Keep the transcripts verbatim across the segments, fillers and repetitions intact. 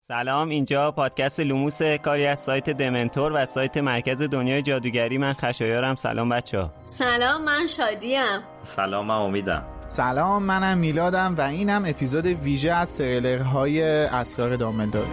سلام، اینجا پادکست لوموس، کاری از سایت دمنتور و سایت مرکز دنیای جادوگری. من خشایارم. سلام بچه‌ها. سلام، من شادیم. سلام، من امیدم. سلام، منم میلادم و اینم اپیزود ویژه از تریلرهای اسرار دامبلدور.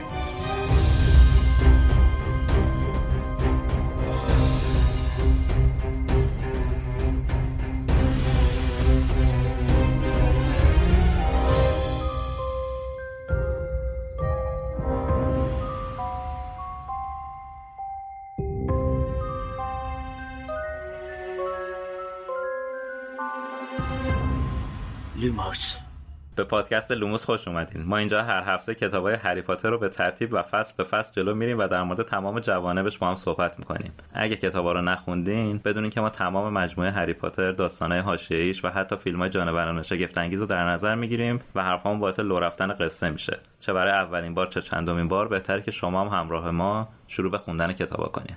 لوموس. به پادکست لوموس خوش اومدین. ما اینجا هر هفته کتابای هری پاتر رو به ترتیب و فصل به فصل جلو میریم و در مورد تمام جوانبش با هم صحبت میکنیم. اگه کتابا رو نخوندین بدونین که ما تمام مجموعه هری پاتر، داستانای حاشیه‌ایش و حتی فیلم‌های جانوران شگفت انگیز رو در نظر میگیریم و حرفامون باعث لو رفتن قصه میشه. چه برای اولین بار چه چندمین بار، بهتره که شما هم همراه ما شروع به خوندن کتابا کنین.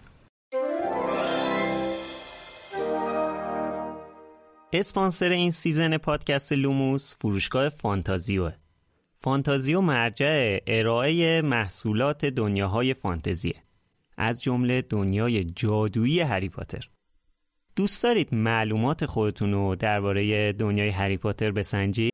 اسپانسر این سیزن پادکست لوموس فروشگاه فانتازیوه. فانتازیو مرجع ارائه محصولات دنیاهای فانتزیه، از جمله دنیای جادویی هری پاتر. دوست دارید معلومات خودتون رو درباره دنیای هری پاتر بسنجید؟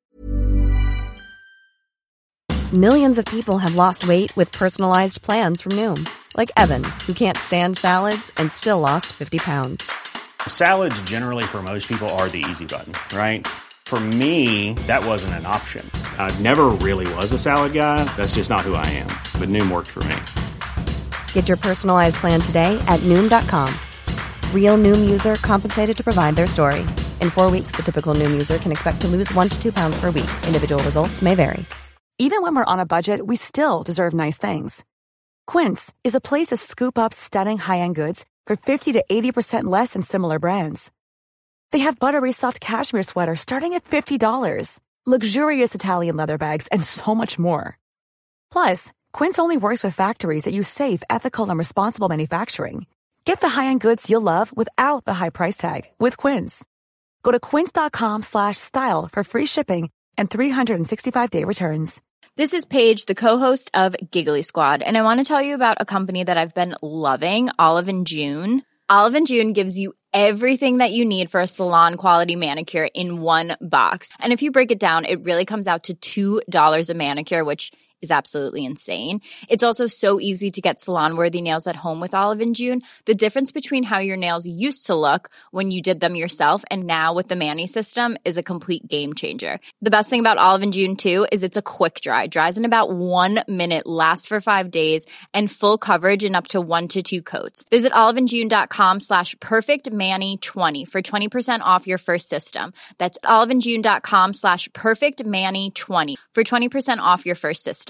Millions of people have lost weight with personalized plans from Noom, like Evan, who can't stand salads and still lost fifty pounds. Salads generally for most people are the easy button, right? For me, that wasn't an option. I never really was a salad guy. That's just not who I am. But Noom worked for me. Get your personalized plan today at Noom dot com. Real Noom user compensated to provide their story. In four weeks, the typical Noom user can expect to lose one to two pounds per week. Individual results may vary. Even when we're on a budget, we still deserve nice things. Quince is a place to scoop up stunning high-end goods for fifty to eighty percent less than similar brands. They have buttery soft cashmere sweaters starting at fifty dollars, luxurious Italian leather bags, and so much more. Plus, Quince only works with factories that use safe, ethical, and responsible manufacturing. Get the high-end goods you'll love without the high price tag with Quince. Go to quince dot com slash style for free shipping and three sixty-five day returns. This is Paige, the co-host of Giggly Squad, and I want to tell you about a company that I've been loving, Olive and June. Olive and June gives you everything that you need for a salon-quality manicure in one box. And if you break it down, it really comes out to two dollars a manicure, which is absolutely insane. It's also so easy to get salon-worthy nails at home with Olive and June. The difference between how your nails used to look when you did them yourself and now with the Mani system is a complete game changer. The best thing about Olive and June too is it's a quick dry. Dries in about one minute, lasts for five days, and full coverage in up to one to two coats. Visit oliveandjune.com slash perfectmani20 for twenty percent off your first system. That's oliveandjune.com slash perfectmani20 for twenty percent off your first system.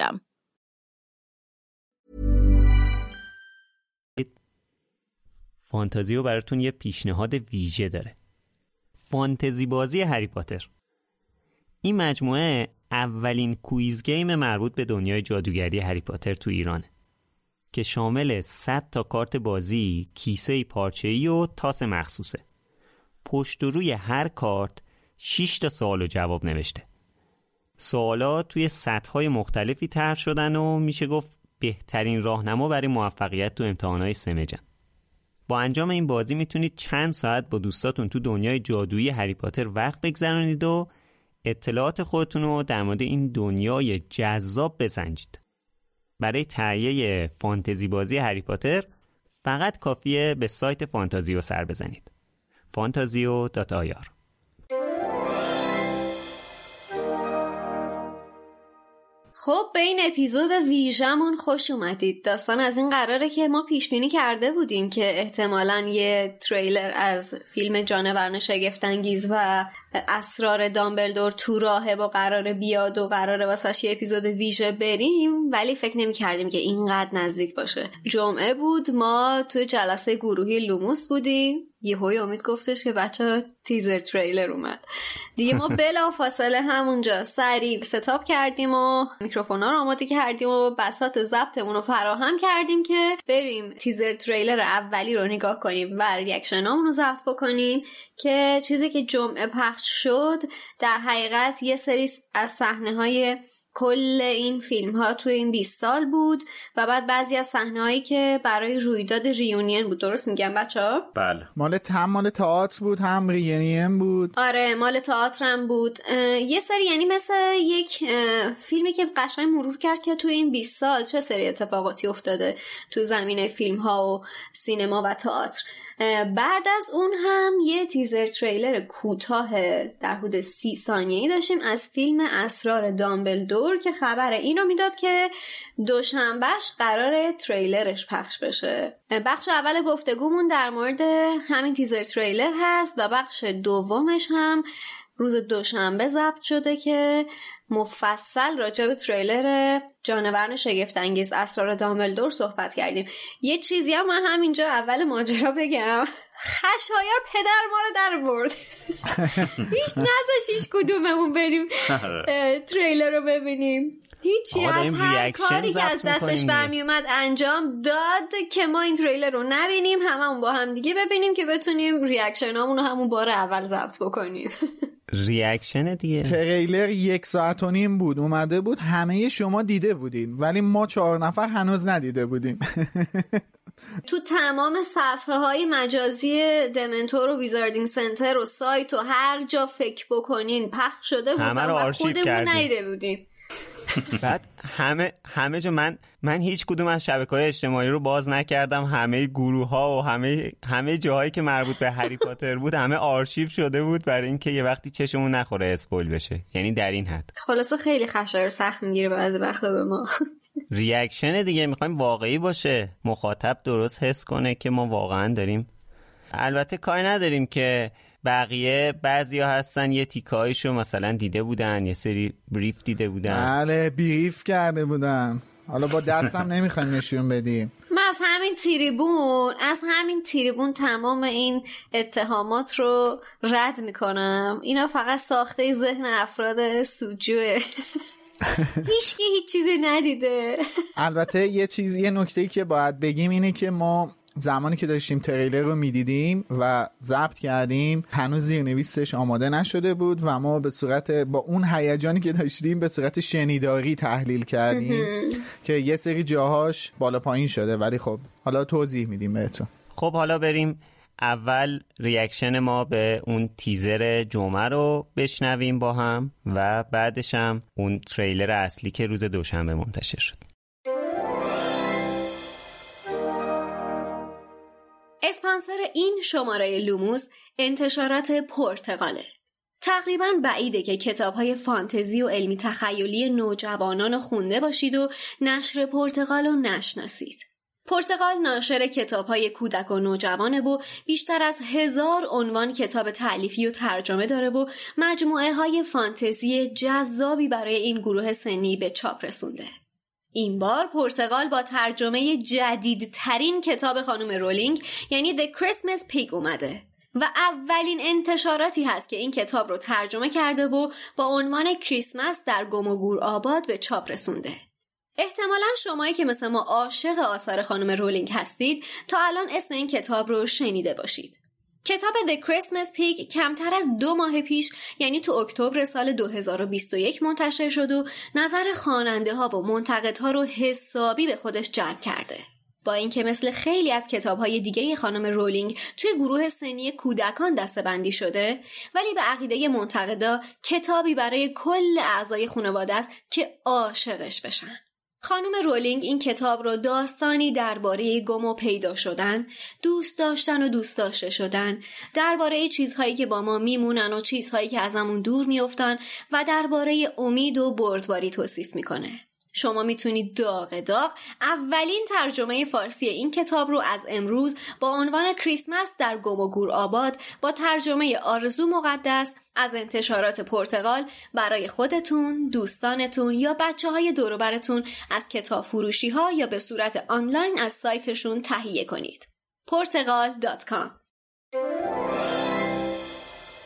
فانتازیو براتون یه پیشنهاد ویژه داره. فانتزی بازی هری پاتر. این مجموعه اولین کویز گیم مربوط به دنیای جادوگری هری پاتر تو ایرانه که شامل صد تا کارت بازی، کیسه پارچه‌ای و تاس مخصوصه. پشت و روی هر کارت شش تا سوال و جواب نوشته. سوالات توی سطح‌های مختلفی طرح شدن و میشه گفت بهترین راهنما برای موفقیت تو امتحانات سمجن. با انجام این بازی میتونید چند ساعت با دوستاتون تو دنیای جادویی هری پاتر وقت بگذرونید و اطلاعات خودتون رو در مورد این دنیای جذاب بسنجید. برای تهیه فانتزی بازی هری پاتر فقط کافیه به سایت فانتازیو سر بزنید. فانتازیو دات آی آر. خب به این اپیزود ویژمون خوش اومدید. داستان از این قراره که ما پیش بینی کرده بودیم که احتمالاً یه تریلر از فیلم جانوران شگفت انگیز و اسرار دامبلدور تو راهه با قراره بیاد و قراره واسش یه اپیزود ویژه بریم، ولی فکر نمی کردیم که اینقدر نزدیک باشه. جمعه بود، ما تو جلسه گروهی لوموس بودیم، یهوی امید گفتش که بچه تیزر تریلر اومد دیگه. ما بلا فاصله همونجا سریع ستاپ کردیم و میکروفونا رو آماده کردیم و بساط ضبطمون رو فراهم کردیم که بریم تیزر تریلر اولی رو نگاه کنیم و ریاکشنامون رو ضبط بکنیم که چیزی که جمعه پخش شد در حقیقت یه سری از صحنه‌های کل این فیلم ها توی این بیست سال بود و بعد بعضی از صحنه‌هایی که برای رویداد ریونین بود. درست میگم بچه‌ها؟ بله. مال هم مال تئاتر بود هم ریونین بود. آره مال تئاتر هم بود. یه سری یعنی مثل یک فیلمی که قشنگ مرور کرد که توی این بیست سال چه سری اتفاقاتی افتاده تو زمینه فیلم ها و سینما و تئاتر. بعد از اون هم یه تیزر تریلر کوتاه در حدود سی ثانیه‌ای داشتیم از فیلم اسرار دامبلدور که خبر اینو میداد که دوشنبهش قراره تریلرش پخش بشه. بخش اول گفتگومون در مورد همین تیزر تریلر هست و بخش دومش هم روز دوشنبه ضبط شده که مفصل راجع به تریلر جانوران شگفت‌انگیز اسرار دامبلدور صحبت کردیم. یه چیزی هم من همینجا اول ماجرا بگم، خشایار پدر ما رو در برد. هیچ نذاش هیچ کدوممون بریم تریلر رو ببینیم. هیچی از هر کاری که از دستش برمی اومد انجام داد که ما این تریلر رو نبینیم، هممون با هم دیگه ببینیم که بتونیم ریاکشنامون رو همون بار اول ضبط بکنیم. ریاکشن دیگه. تریلر یک ساعت و نیم بود اومده بود، همه شما دیده بودین ولی ما چهار نفر هنوز ندیده بودیم. تو تمام صفحه های مجازی دمنتور و ویزاردینگ سنتر و سایت و هر جا فکر بکنین پخش شده بود و خودمون ندیده بودیم. بعد همه همه جا من من هیچ کدوم از شبکه‌های اجتماعی رو باز نکردم، همه گروه‌ها و همه همه جاهایی که مربوط به هری پاتر بود همه آرشیو شده بود برای اینکه یه وقتی چشمون نخوره اسپویل بشه. یعنی در این حد خلاصه خیلی خشایار سخت میگیره بعضی وقتا به ما. ریاکشن دیگه میخوایم واقعی باشه، مخاطب درست حس کنه که ما واقعا داریم. البته کاری نداریم که بقیه بعضیا هستن یه تیکایشو مثلا دیده بودن، یه سری بریف دیده بودن. بله بریف کرده بودن، حالا با دستم نمیخوایم نشون بدیم. من از همین تریبون از همین تریبون تمام این اتهامات رو رد میکنم. اینا فقط ساخته ذهن افراد سوجوه. هیچکی هیچ چیزی ندیده. البته یه چیز یه نکته‌ای که باید بگیم اینه که ما زمانی که داشتیم تریلر رو میدیدیم و ضبط کردیم هنوز زیرنویسش آماده نشده بود و ما به صورت با اون هیجانی که داشتیم به صورت شنیداری تحلیل کردیم که یه سری جاهاش بالا پایین شده، ولی خب حالا توضیح میدیم بهتون. خب حالا بریم اول ریاکشن ما به اون تیزر جمعه رو بشنویم با هم و بعدش هم اون تریلر اصلی که روز دوشنبه منتشر شد. اسپانسر این شماره لوموس انتشارات پرتغاله. تقریباً بعیده که کتاب‌های فانتزی و علمی تخیلی نوجوانان خونده باشید و نشر پرتغال رو نشناسید. پرتغال ناشر کتاب‌های کودک و نوجوانه و بیشتر از هزار عنوان کتاب تألیفی و ترجمه داره و مجموعه‌های فانتزی جذابی برای این گروه سنی به چاپ رسونده. این بار پرتغال با ترجمه جدیدترین کتاب خانم رولینگ یعنی The Christmas Pig اومده و اولین انتشاراتی هست که این کتاب رو ترجمه کرده و با عنوان کریسمس در گم و گور آباد به چاپ رسونده. احتمالاً شمایی که مثل ما عاشق آثار خانم رولینگ هستید تا الان اسم این کتاب رو شنیده باشید. کتاب The Christmas Pig کمتر از دو ماه پیش یعنی تو اکتبر سال دو هزار و بیست و یک منتشر شد و نظر خواننده ها و منتقدها رو حسابی به خودش جلب کرده. با اینکه مثل خیلی از کتاب‌های دیگه خانم رولینگ توی گروه سنی کودکان دسته‌بندی شده، ولی به عقیده منتقدا کتابی برای کل اعضای خانواده است که عاشقش بشن. خانم رولینگ این کتاب رو داستانی درباره گم و پیدا شدن، دوست داشتن و دوست داشته شدن، درباره چیزهایی که با ما میمونن و چیزهایی که ازمون دور میافتن و درباره امید و بردباری توصیف میکنه. شما میتونید داغ داغ اولین ترجمه فارسی این کتاب رو از امروز با عنوان کریسمس در گم و گور آباد با ترجمه آرزو مقدس از انتشارات پرتغال برای خودتون، دوستانتون یا بچه های دور و برتون از کتاب فروشی ها یا به صورت آنلاین از سایتشون تهیه کنید. پرتغال دات کام.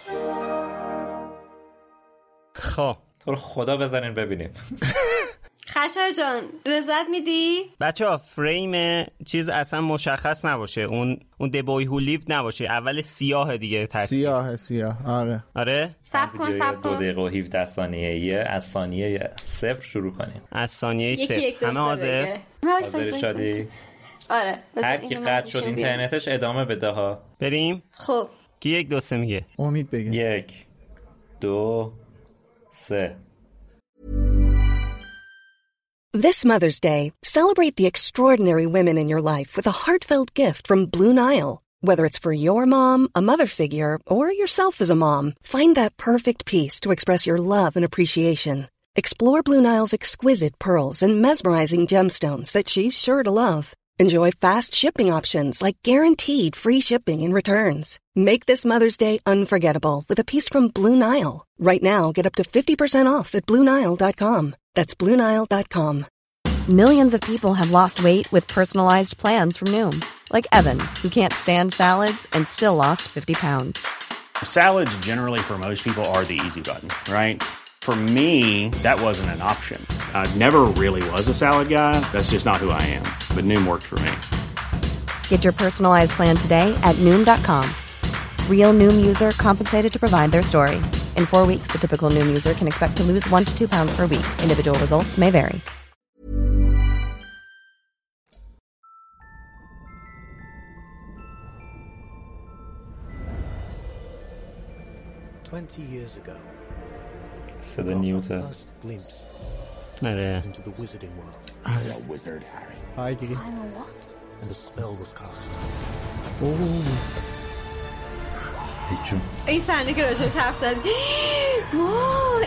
خب تو رو خدا بزنین ببینیم. خشایار جان رضایت میدی؟ بچه‌ها فریم چیز اصلا مشخص نباشه، اون اون د بوی هو لیو نباشه، اول سیاه دیگه تصویر سیاه سیاه آره آره سب کن سب کن دو دقیقه و هفده ثانیه از ثانیه صفر شروع کنیم. از ثانیه صفر یک همه حاضر؟ حاضر شدی؟ آره هر کی قطع شد اینترنتش ادامه بده ها. بریم. خب کی یک دو سه میگه؟ امید بگه. یک دو سه. This Mother's Day, celebrate the extraordinary women in your life with a heartfelt gift from Blue Nile. Whether it's for your mom, a mother figure, or yourself as a mom, find that perfect piece to express your love and appreciation. Explore Blue Nile's exquisite pearls and mesmerizing gemstones that she's sure to love. Enjoy fast shipping options like guaranteed free shipping and returns. Make this Mother's Day unforgettable with a piece from Blue Nile. Right now, get up to fifty percent off at blue nile dot com. That's blue nile dot com. Millions of people have lost weight with personalized plans from Noom. Like Evan, who can't stand salads and still lost fifty pounds. Salads generally for most people are the easy button, right? For me, that wasn't an option. I never really was a salad guy. That's just not who I am. But Noom worked for me. Get your personalized plan today at Noom dot com. Real Noom user compensated to provide their story. In four weeks, the typical Noom user can expect to lose one to two pounds per week. Individual results may vary. Twenty years ago, صدا نیوته. نره. into the wizarding world. I'm a wizard, Harry. Hi, Gigi. I'm a what? And the spell was cast. هیچون. این صحنه که راجعش حرف زدی وای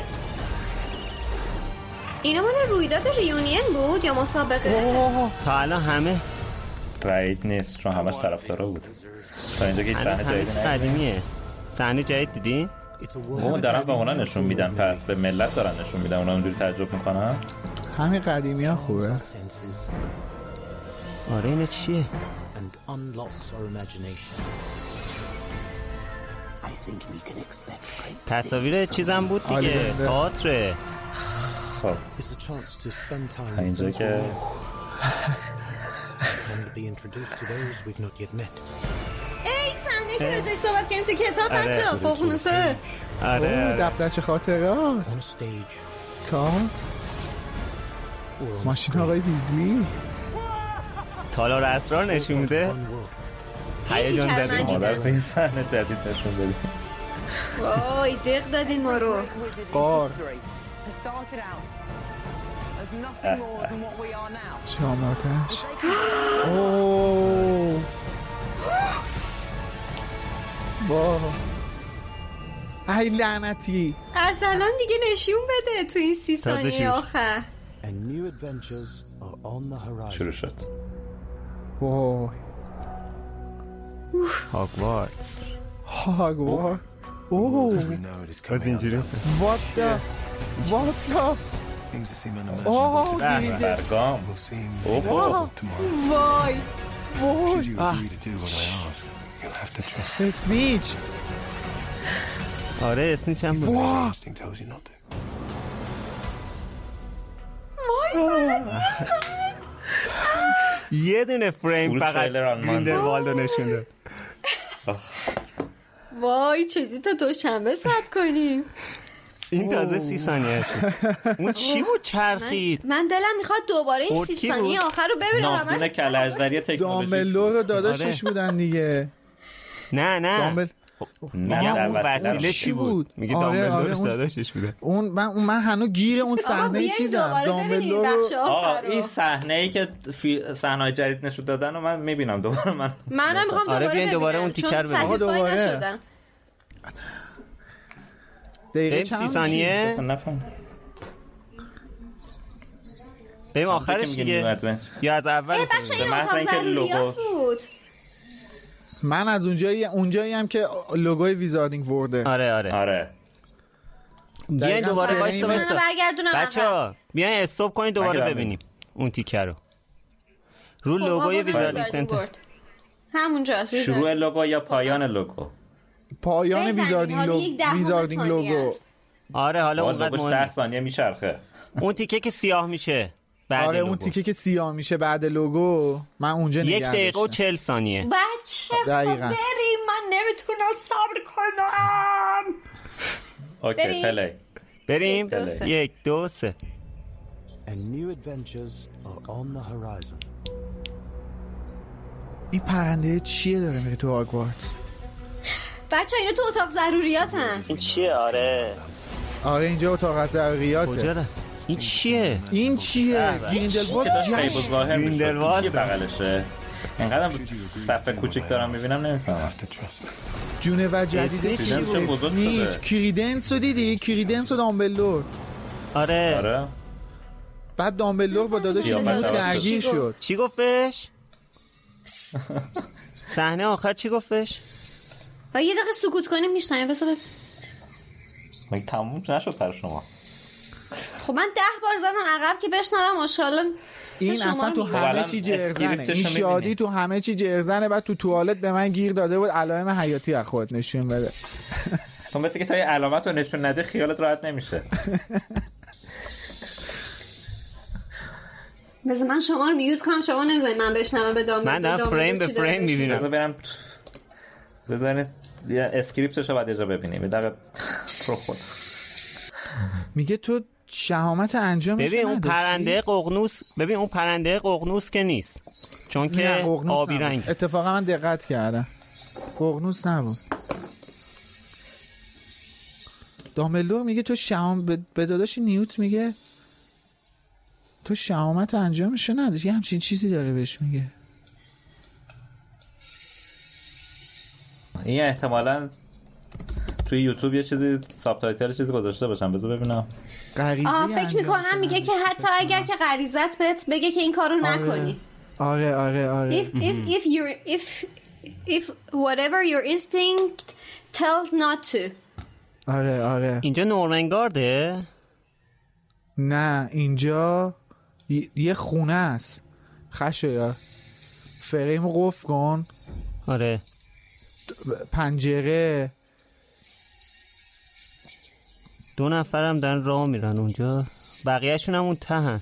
اینا مال رویداد ریونین بود یا مسابقه؟ تا الان همه بعید نیست چون همش طرفدارا بود. تا اینجا که صحنه جدیدی نه. قدیمیه. صحنه جدید دیدی؟ اون دارن به اونا نشون میدن، پس به ملت دارن نشون میدن، اونا اونجوری تعجب میکنن. همین قدیمی ها خوبه. آره اینا چیه؟ And unlocks our imagination. I think we can expect. تصاویر چیزم بود دیگه، تئاتر. خب It's a chance to spend time. اینجا که and be introduced to those we've not yet met. ای صحنه که راجعش صحبت کردیم تو کتاب بچه‌ها فوق‌العاده. آره دفترچه خاطرات. On a stage. تئاتر. ماشین آقای ویزلی. تالار اسرار نشون میده. هیجان زده. مادر تو این صحنه جدید نشون بده. وای دق دادین ما رو. قار. شاماتش. اوه. واه. ای لعنتی. از الان دیگه نشون بده تو این سی ثانیه آخر. And new adventures are on the horizon. شروع شد. وای. هاگوارتس. هاگوارتس. اوه. از اینجوری. What the What the اوه برگام. اوه. وای. وای. اسنیچ. آره اسنیچ هم بود. یه دونه فریم فقط گریندلوالدو نشون داد. وای چجوری تا دوشنبه صبر کنیم. این تازه سی ثانیه شد. اون چی بود چرخید؟ من دلم میخواد دوباره این سی ثانیه آخر رو ببینم. ناودون کلهجدری تکنولوژی. دامبلدور رو داداشش بودن دیگه. نه نه دامبل میگم اون وسیله چی بود؟ میگه دامبلدورش داداشش بوده. اون من اون من هنوز گیر اون صحنه چیزم دامبلدور. آه این صحنه‌ای که صحنه‌های جدید نشون دادن و من میبینم دوباره. من منم میخوام دوباره ببینم. دوباره اون تیکر ببینم. دوباره دقیقه سی ثانیه. بریم آخرش دیگه یا از اول؟ بچه این اتاق ضروریات بود. من از اونجایی اونجایی هم که لوگوی ویزاردینگ ورده. آره آره آره. بیاین دوباره وایسا وایسا بچه‌ها بیاین استاپ کنین دوباره ببینیم اون تیکر رو. رو لوگوی ویزاردینگ سنتر همونجاست. شروع لوگو یا پایان لوگو؟ پایان ویزاردینگ لوگو. ویزاردینگ لوگو. آره حالا اونقدر مهم ده ثانیه میچرخه. اون تیکه که سیاه میشه بعد آره لوگو. اون تیکه که سیاه میشه بعد لوگو من اونجا نگه یک دقیقه و داشتم. چل ثانیه. بچه دقیقاً. بریم، من نمیتونم صبر کنم. اوکی بریم. پلی بریم یک، دو، سه. یک دو سه. And new adventures are on the horizon. این پرنده چیه داره میره تو هاگوارتس؟ بچه اینو تو اتاق ضروریاتن. این چیه؟ آره آره اینجا اتاق از ضروریاته. کجا ره؟ این چیه؟ این چیه؟ گریندلوالد که داشت جشن. ظاهر میشد گریندلوالد. یه بغلشه اینقدر صفحه کوچیک دارم میبینم نمیفهمم. جونور جدید اسنیچ چی چه بود؟ بزرگ اسنیچ شده. کریدنس رو دیدی؟ کریدنس و دامبلدور. آره. آره بعد دامبلدور با داداش یا نیوت بچه‌ها درگیر چی گفت؟ شد. چی گفتش؟ صحنه آخر چی گفتش؟ و یه دقیقه سکوت کنیم میشنیم. بذار بب... مگه تموم نشد برای شما؟ خب من ده بار زدم عقب که بشنوم ماشاءالله. این شما اصلا رو تو می‌بینم. همه الان چی جرزنه. اسکریپتشو این می‌بینی. شادی تو همه چی جرزنه. بعد تو توالت به من گیر داده بود علائم حیاتی از خود نشون بده. تو مثل که تا یه علامت رو نشون نده خیالت راحت نمیشه. بذار من شما رو میوت کنم، شما نمیذارید من بشنوم به دامبلدور. من دارم فریم به فریم میبینم. بذار برم بذارین یه اسکریپتشو بعد اجا ببینیم یه دقیقه رو خود. میگه تو شهامت انجامش ببین اون نداشتی؟ پرنده ققنوس، ببین اون پرنده ققنوس که نیست، چون نه، که ققنوس آبی نبود. رنگ. اتفاقا من دقت کردم ققنوس نبود. دامبلدور میگه تو شهام به به داداش نیوت میگه تو شهامت انجامش نداشتی. یه همچین چیزی داره بهش میگه. این احتمالاً توی یوتیوب یه چیزی ساب تایتل چیزی گذاشته باشم بذار ببینم. غریزه آه فکر انجامش میکنم میگه که حتی اگر که غریزت بهت بگه که این کارو نکنی. آره آره آره. If if if you if if whatever your instinct tells not to. آره آره. اینجا نورمنگارده؟ نه اینجا ی- یه خونه است. خشه یا فریم قفل کن. آره. پنجره. دو نفرم دارن راه میرن اونجا، بقیه‌شون هم اون تهن.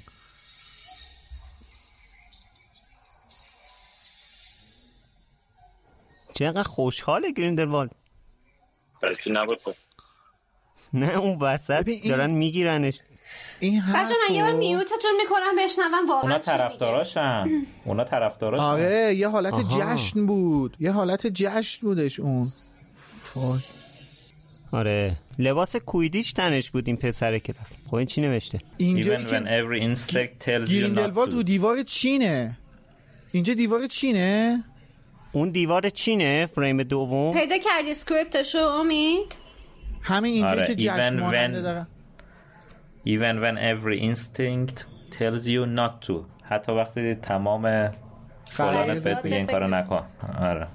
چقدر خوشحاله گریندلوالد. بلکه نبود. نه اون وسط ببین این- دارن میگیرنش. این بچه من یه بار میوتتون میکنم بشنوم واقعا اونا چی میگه. طرفداراشن اونا طرفداراشن آره یه حالت آها. جشن بود. یه حالت جشن بودش اون. فای. آره لباس کویدیچ تنش بود این پسره که رفت. خب این چی نوشته؟ اینجا Even when که every instinct tells you not گریندلوالد تو to. دیوار چینه. اینجا دیوار چینه. اون دیوار چینه فریم دوم. پیدا کردی اسکریپتشو امید؟ همین اینجا آره. که جشن Even ماننده when- دارن. Even when every instinct tells you not to. حتی وقتی تمام فلانت غریزات بهت میگه این کارو نکن. آره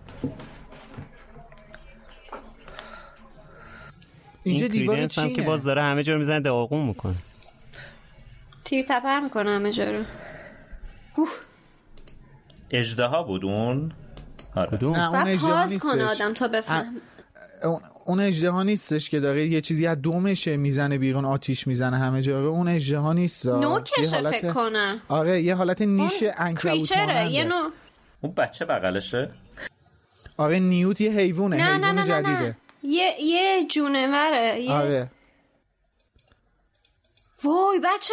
اینجا این دیوار کریدنس هم که چینه. باز داره همه جا رو میزنه داغون میکنه. تیر تپر میکنه همه جا رو. اوه. اژدها بود اون. آره کدوم؟ نه اون بعد اجدها پاس کنه نیستش. آدم تا بفهم. اون- اون اژدها نیستش که داره یه چیزی از دومشه میزنه بیرون آتیش میزنه همه جا رو. اون اژدها نیست. نوکشه فکر کنم. آره یه حالت نیش اون عنکبوت کریچره ماننده. یه نوع. اون بچه بغلشه. آره نیوت یه حیوانه. نه نه حیوان نه نه جدیده. نه یه یه جونوره یه... آره وای بچه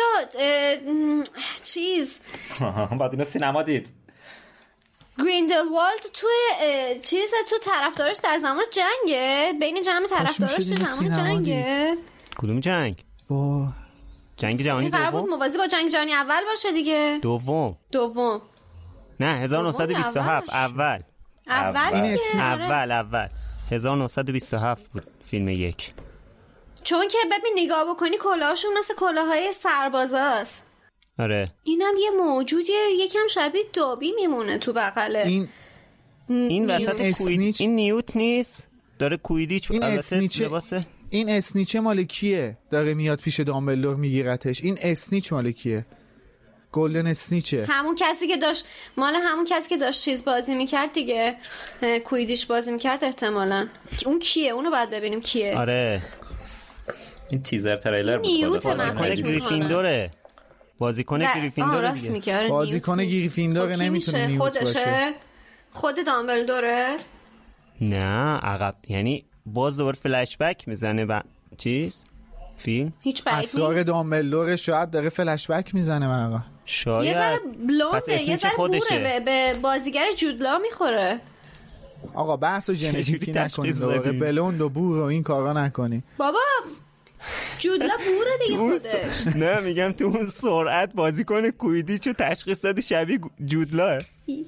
چیز بعد اینو سینما دید. گریندلوالد توی اه، چیز تو طرفدارش در زمان جنگه بین جمع طرفدارش شد تو اینو زمان سینما جنگه. کدوم جنگ؟ با جنگ جهانی این قرار بود دوم؟ موازی با جنگ جهانی اول باشه دیگه. دوم. دوم نه هزار و نهصد و بیست و هفت اول. اول اول. دیگه. آره. اول اول هزار و نهصد و بیست و هفت بود فیلم یک. چون که ببین نگاه بکنی کلاهشون مثل کلاهای سربازاست. آره اینم یه موجودیه یکم شبیه دابی میمونه تو بغله. این این نیوت. وسط اسنیچ. کویدیچ این نیوت نیست داره کویدیچ این البته اسنیچه. لباسه. این اسنیچه مال کیه داره میاد پیش دامبلدور میگیرتش؟ این اسنیچ مال کیه؟ گلدن اسنیچه. همون کسی که داشت مال همون کسی که داشت چیز بازی میکرد دیگه اه، کویدیچ بازی میکرد احتمالاً. اون کیه؟ اونو باید ببینیم کیه. آره این تیزر تریلر بود. نیوت خودت من آدم فکر کنه عجیبی. می‌کنم. گریفیندوره. بازیکن گریفیندور دیگه. بازیکن گریفیندور نمیتونه نیوت باشه. خودشه؟ خود دامبلدوره؟ نه عقب، یعنی باز دوباره فلش بک میزنه به چیز فیلم. هیچ بعید نیست. اسرار دامبلدور شاید داره فلش بک میزنه برا. شاید یه ذره بلونده، یه ذره بوره، به بازیگر جودلا میخوره. آقا بحث و ژنتیکی نکنید، دوباره بلوند و بور و این کارا نکنید بابا. جودلا بوره دیگه خودش. نه میگم تو اون سرعت بازیکن کویدیچو تشخیص دادی شبیه جودلاه.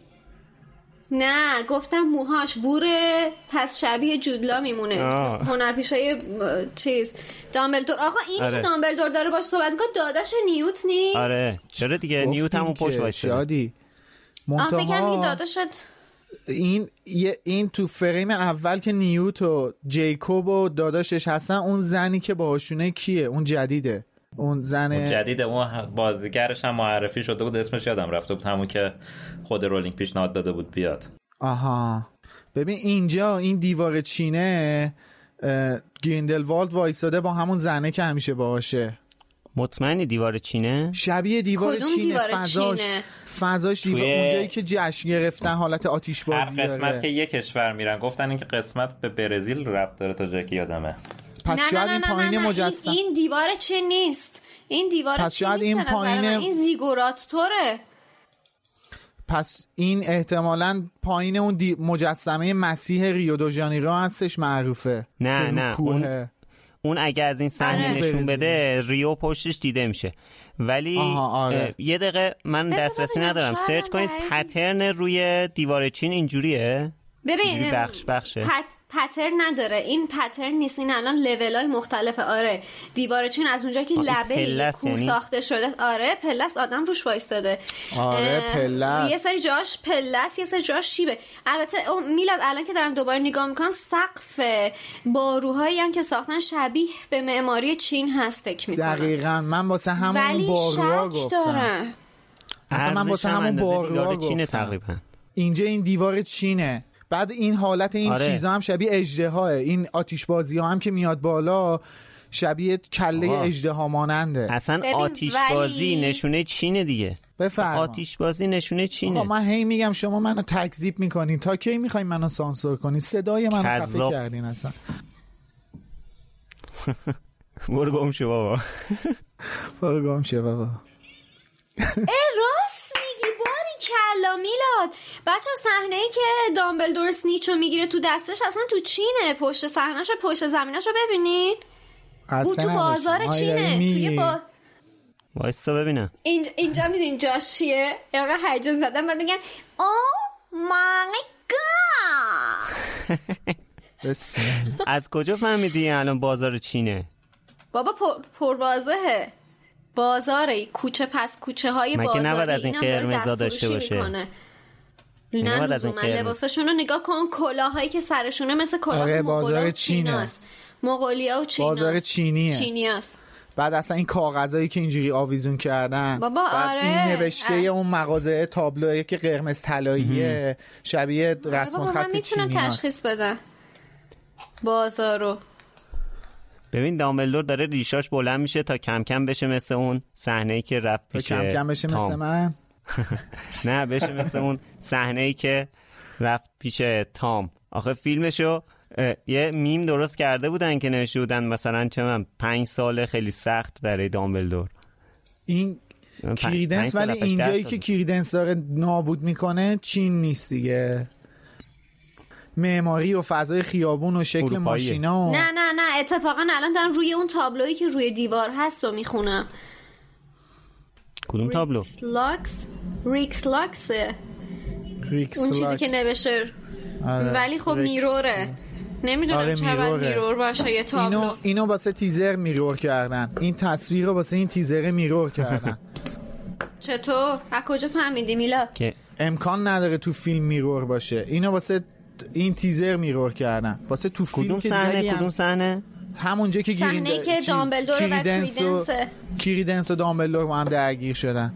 نه گفتم موهاش بوره پس شبیه جودلا میمونه. هنرپیشای چیز دامبلدور. آقا این آره. که دامبلدور داره باش صحبت میکنه داداش نیوت نیست؟ آره چرا دیگه نیوت همون پشت وایسه. شادی منتها فکر کنم داداش این این تو فریم اول که نیوت و جیکوب و داداشش هستن، اون زنی که باهاشونه کیه؟ اون جدیده، اون زن اون جدیده، اون بازیگرش هم معرفی شده بود، اسمش یادم رفته بود، همون که خود رولینگ پیشنهاد داده بود بیاد. آها ببین اینجا این دیوار چینه گریندلوالد وایساده با همون زنه که همیشه باشه. مطمئنی دیوار چینه؟ شبیه دیوار کدوم چینه. دیوار فضاش چینه؟ فضاش دیوار توی... اونجایی که جشن گرفتن حالت آتیش بازی داره. هر قسمت داره. که یک کشور میرن گفتن این که قسمت به برزیل ربط داره تا جایی که یادمه. پس نه شاید نه این نه پایین نه نه. مجسم این, این دیوار چین نیست. این دیوار پس چین شاید نیست. این پایین این زیگورات توره. پس این احتمالاً پایین اون دی... مجسمه مسیح ریو دو ژانیرو هستش معروفه. نه نه اون... اون اگه از این صحنه آره. نشون بده ریو پشتش دیده میشه، ولی آره. یه دقیقه من دسترسی ندارم، سرچ کنید پترن روی دیوار چین اینجوریه. ببین بخش بخشه پت... پترن نداره، این پترن نیست، این الان لولای مختلفه. آره دیوار چین از اونجا که لبه کو ساخته شده، آره پلس آدم روش وایستاده. آره پلس یه سری جاش پلس، یه سری جاش شیبه. البته میلاد الان که دارم دوباره نگاه میکنم سقف باروهایی هم که ساختن شبیه به معماری چین هست فکر میکنم. دقیقاً من واسه همون باروها گفتم. اصلا من واسه همون باروها گفتم تقریبا. اینجا این دیوار چینه. بعد این حالت این آره. چیزا هم شبیه اژدهاه. این آتش بازی ها هم که میاد بالا شبیه کله اژدها ماننده. اصلا آتش بازی ولی... نشونه چینه دیگه. بفرما. آتش بازی نشونه چینه. من هی میگم شما منو تکذیب میکنین، تا کی میخواین منو سانسور کنین؟ صدای منو خفه کردین اصلا. برو گم شو بابا. برو گم شو بابا. ای راست میگی، باری کلا میلاد. بچه صحنه‌ای که دامبلدور سنیچو میگیره تو دستش اصلا تو چینه، پشت صحنه‌شو پشت زمینه‌شو ببینین. او تو بازار چینه، توی با وایسا ببینم. اینجا اینجا میدونین جاش چیه؟ یاقا هیجان زدم بعد میگن او مای گاد. از کجا فهمیدی الان بازار چینه؟ بابا پر واضحه. بازاره، کوچه پس کوچه های بازاری. مگه نباید از این قرمزا داشته باشه؟ نه لزوما لباسشون رو نگاه کن، کلاهایی که سرشونه مثل کلاه آره بازار چینه، مغولیا و چین بازار چینیه، چینیاست. بعد اصلا این کاغذایی که اینجوری آویزون کردن بابا بعد آره این نوشته اه. اون مغازه تابلویی که قرمز طلاییه شبیه رسم الخط چینی. من میتونم تشخیص بدم بازارو. ببین دامبلدور داره ریشاش بلند میشه تا کم کم بشه مثل اون صحنه‌ای که رفت پیش کم کم بشه تام. مثل من نه بشه مثل اون صحنه‌ای که رفت پیش تام. آخه فیلمشو یه میم درست کرده بودن که نوشته بودن مثلا چه من پنج سال خیلی سخت برای دامبلدور. این کریدنس، ولی اینجایی که کریدنس داره نابود میکنه چین نیست دیگه، معماری و فضای خیابون و شکل ماشینا و... نه نه نه اتفاقا الان دارم روی اون تابلویی که روی دیوار هست و میخونم. کدوم تابلو؟ ریکس لاکس ریکس لاکسه ریکس اون چیزی لاکس. که نوشته آره. ولی خب ریکس. میروره نمیدونم آره چرا میرور باشه یه تابلو. اینو اینو واسه تیزر میرور کردن، این تصویر رو واسه این تیزر میرور کردن. چطور؟ از کجا فهمیدی میلاد؟ که امکان نداره تو فیلم میرور باشه، اینو واسه این تیزر میرور کردن، واسه تو فیلم. کدوم صحنه کدوم صحنه؟ همونجا که صحنه گیریند... که دامبلدور و کریدنس و کریدنس و دامبلدور با هم درگیر شدن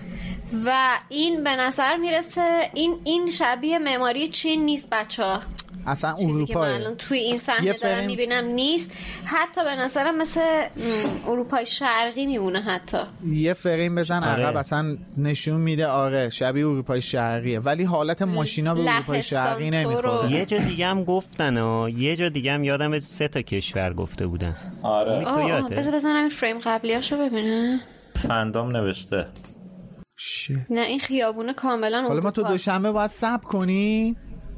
و این به نظر میرسه این این شبیه معماری چین نیست بچه‌ها. اصلا چیزی که من اروپا الان توی این صحنه دارم میبینم نیست. حتی به نظرم مثل اروپای شرقی میمونه. حتی یه فریم بزن آره. عقب اصلا نشون میده آره شبیه اروپای شرقیه، ولی حالت ماشینا به اروپای شرقی نمیخوره. یه جا دیگه هم گفتن ها، یه جا دیگه هم یادم سه تا کشور گفته بودن. آره آه آه بذار بزنم این فریم قبلیاشو ببینه. فندام نوشته شت. نه این خیابونه کاملا حالا ما تو دوشنبه باید صبر کنی.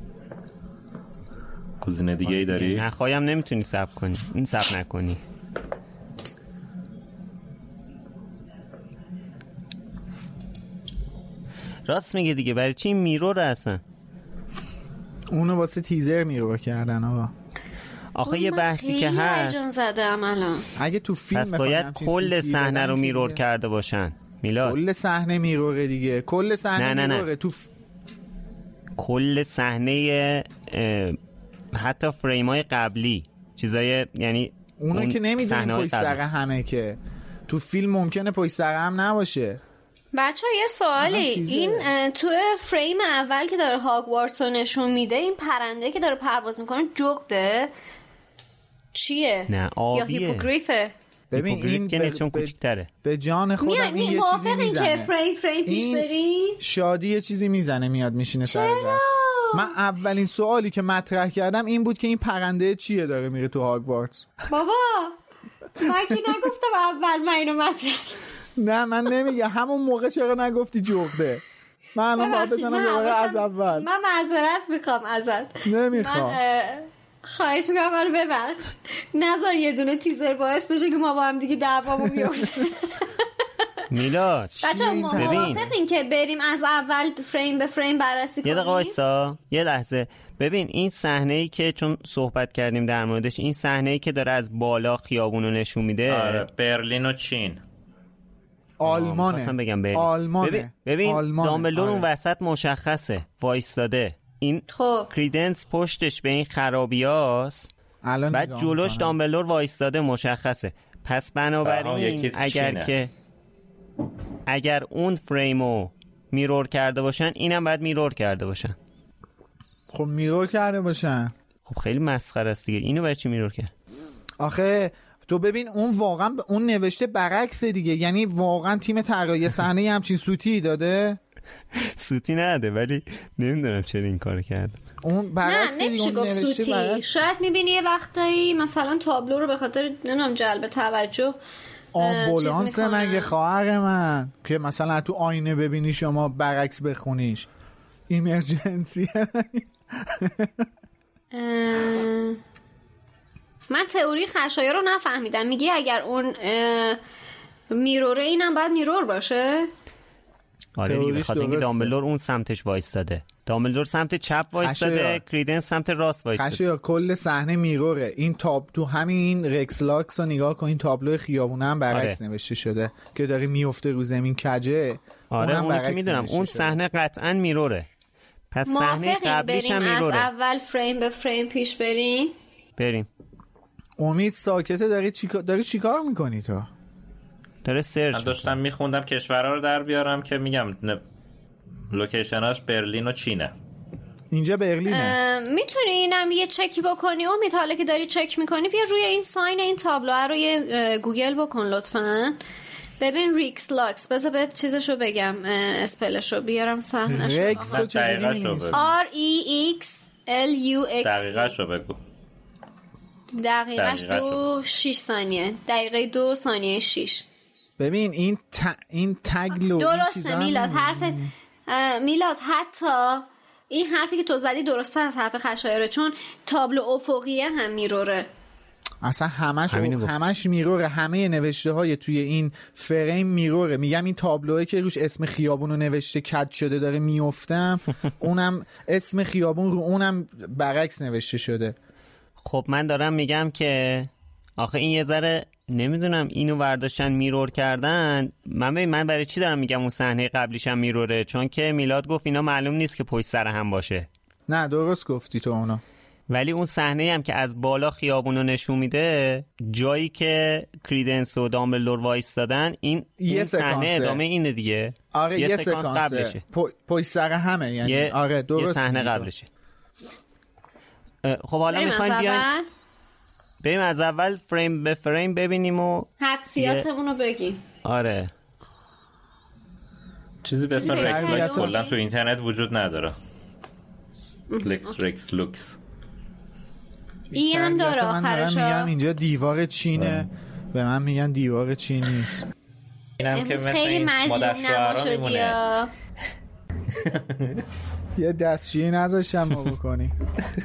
گزینه دیگه ای داری؟ نه خواهیم نمیتونی صبر کنی، این صبر نکنی. راست میگه دیگه، برای چی میرور اصلا؟ اونو واسه تیزر میرور کردن آقا. آخه یه بحثی که هست اگه تو فیلم پس باید کل صحنه رو میرور کرده باشن. میلاد کل صحنه میروره دیگه، کل صحنه میروره تو ف... کل صحنه حتی فریمای قبلی چیزای، یعنی اونو اون که نمیدونیم پشت سر همه، که تو فیلم ممکنه پشت سر هم نباشه. بچه ها یه سوالی، این تو فریم اول که داره هاگوارتس رو نشون میده، این پرنده که داره پرواز میکنه جغده چیه؟ نه آبیه یا هیپوگریفه؟ ببین این که نیست چون کوچیک‌تره. به جان خودم این یه چیزی میزنه. که فریم فریم پیش بریم. شادی یه چیزی میزنه میاد میشینه سر جا. من اولین سوالی که مطرح کردم این بود که این پرنده چیه داره میره تو هاگوارتس. بابا من که نگفتم اول من اینو مطرح. نه من نمیگم همون موقع چرا نگفتی جغده. من الان باید بزنم دوباره از اول. من معذرت میخوام ازت. نمیخوام. خواهش میکنم منو ببخش. نذار یه دونه تیزر باعث بشه که ما با هم دیگه دعوامون بیفته. میلاد بچه‌ها موافقین که بریم از اول فریم به فریم بررسی کنیم؟ یه دقیقه وایسا، یه لحظه. ببین این صحنه‌ای که چون صحبت کردیم در موردش، این صحنه‌ای که داره از بالا خیابونو نشون میده، آره برلین و چین. آلمانه. خواستم بگم برلین. آلمانه. ببین, ببین آلمانه. دامبلدور آره. اون وسط مشخصه وایستاده. این خب کریدنس پشتش به این خرابیاست، بعد جلوش دامبلدور وایستاده مشخصه. پس بنابراین اگر که اگر اون فریمو میرور کرده باشن، اینم باید میرور کرده باشن. خب میرور کرده باشن. خب خیلی مسخره است دیگه. اینو برای چی میرور کرد؟ آخه تو ببین اون واقعا اون نوشته برعکس دیگه، یعنی واقعا تیم طراحی صحنه همچین سوتی داده. سوتی نده، ولی نمیدونم چرا این کارو کرد. اون برعکس نه نمیشه گفت سوتی. برعکس. شاید میبینی یه وقتایی مثلا تابلو رو به خاطر نمیدونم جلب توجه آمبولانس مگه خواهر من که مثلا تو آینه ببینی شما برعکس بخونیش ایمرجنسیه. من تئوری خشایار رو نفهمیدم. میگی اگر اون میروره اینم باید میرور باشه؟ آره دیگه، بخاطر اینکه دامبلدور اون سمتش وایستاده. دامبلدور سمت چپ وایستاده، کریدنس سمت راست وایستاده. خشایار کل صحنه میروره. این تاب تو همین رکس لاکس رو نگاه کن، این تابلو خیابونه هم برعکس آره. نوشته شده که داره میفته رو زمین کجه. آره اون که میدونم اون صحنه قطعا میروره. پس صحنه قبلیش هم میروره. از اول فریم به فریم پیش بریم. بریم. امید ساکته، داری چیکار داری چیکار میکنی تو؟ داره سرچ. من داشتم میخوندم کشورها رو در بیارم که میگم لوکیشناش برلین و چینه. اینجا برلینه. میتونی اینم یه چکی بکنی امید؟ حالا که داری چک میکنی بیا روی این ساین این تابلو رو یه گوگل بکن لطفاً. ببین ریکس لاکس، بذار بهت چیزشو بگم، اسپلشو بیارم صحنه‌شو. ریکس چجوری می‌نویسی؟ R E X L U X. دقیقه‌شو بگو. دقیقه‌ش دو شش ثانیه. دقیقه دو ثانیه شش. ببین این ت... این تگ لو درسته میلاد. حرف میلاد حتی این حرفی که تو زدی درسته از حرف خشایاره، چون تابلو افقیه هم میروره. اصلا همش همش میروره. همه نوشته های توی این فریم میروره. میگم این تابلوئه که روش اسم خیابونو نوشته کج شده داره میافتم، اونم اسم خیابون رو اونم برعکس نوشته شده. خب من دارم میگم که آخه این یه ذره نمیدونم اینو برداشتن میرور کردن. من ببین من برای چی دارم میگم اون صحنه قبلیش هم میروره؟ چون که میلاد گفت اینا معلوم نیست که پشت سر هم باشه. نه درست گفتی تو اونا. ولی اون صحنه هم که از بالا خیابونو نشون میده، جایی که کریدنس و دامبلدور وایستادن، این این صحنه ادامه اینه دیگه. آره یه, یه سکانس قبلشه. پشت سر همه یعنی. یه... آره درست. یه صحنه قبلشه. خب حالا میخوایم بیایم بریم از اول فریم به فریم ببینیم و حدسیاتمون رو بگیم. آره چیزی به اسم رکس لوکس کلا تو اینترنت وجود نداره. لکس رکس لوکس ای هم داره آخرش. من میگم اینجا دیوار چینه، به من میگن دیوار چین نیست. اینم که مثلا خیلی مظلوم نباشدی یا یه دستشویی نذاشتم ما بکنی.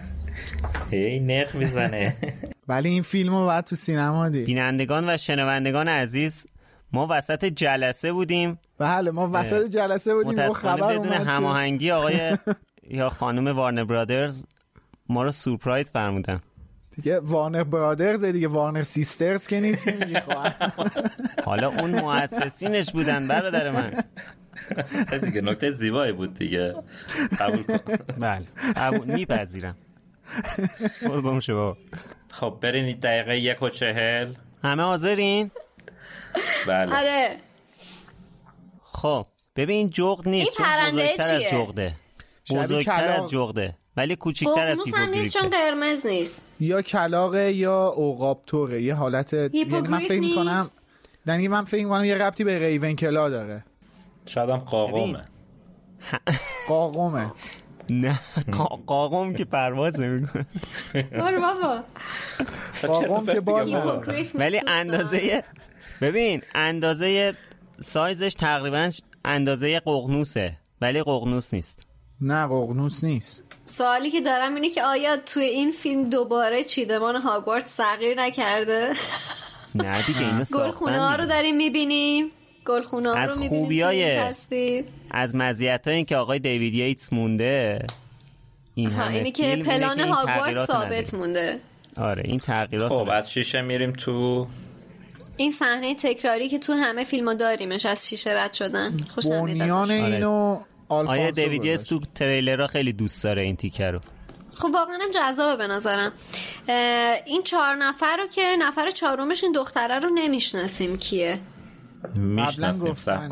هی نخ میزنه. ولی این فیلمو باید تو سینما دید. بینندگان و شنوندگان عزیز، ما وسط جلسه بودیم. بله ما وسط جلسه بودیم و خبر بدون هماهنگی آقای یا خانم وارنر برادرز ما رو سورپرایز فرمودن. دیگه وارنر برادرز دیگه، وارنر سیسترز که نیست که میگی خواهر. حالا اون مؤسسینش بودن برادر من. دیگه نکته زیبایی بود دیگه. قبول کن. بله قبول میپذیرم. برو گم شو بابا. خب برین دقیقه یک و چهل. همه حاضرین؟ بله. آره. خب ببین جغد نیست، این پرنده بزرگتر از چیه؟ جغده. بزرگتر از جغده ولی کوچیک‌تر از هیپوگریف. هم نیست چون قرمز نیست. یا کلاغه یا عقاب‌طوره، یه حالت. یعنی من فکر می‌کنم یعنی من فکر می‌کنم یه ربطی به ریونکلا داره. شاید هم قاقمه. قاقمه. نه قاقم که پرواز نمی‌کنه. برو بابا. قاقم که بال نداره. ولی اندازه ببین اندازه سایزش تقریبا اندازه ققنوسه ولی ققنوس نیست. نه ققنوس نیست. سوالی که دارم اینه که آیا توی این فیلم دوباره چیدمان هاگوارتس تغییر نکرده؟ نه دیگه اینو ساختن. گلخونه ها رو داریم میبینیم. گلخونه ها رو میبینیم توی تصویر. از مزیت ها این که آقای دیوید ییتس مونده این همه اینی که پلان هاگوارتس ثابت مونده. آره این تغییرات. خب از شیشه میریم تو این صحنه تکراری که تو همه فیلم‌ها داریمش، از شیشه رد شدن. خوشم میاد. بنیان اینو آلفونسو. آیا دیوید ییتس تو تریلرها خیلی دوست داره این تیکه رو. خب واقعا هم جذابه به نظرم. این چهار نفر رو که نفر چهارمش این دختره رو نمیشناسیم کیه. میشناسیم سب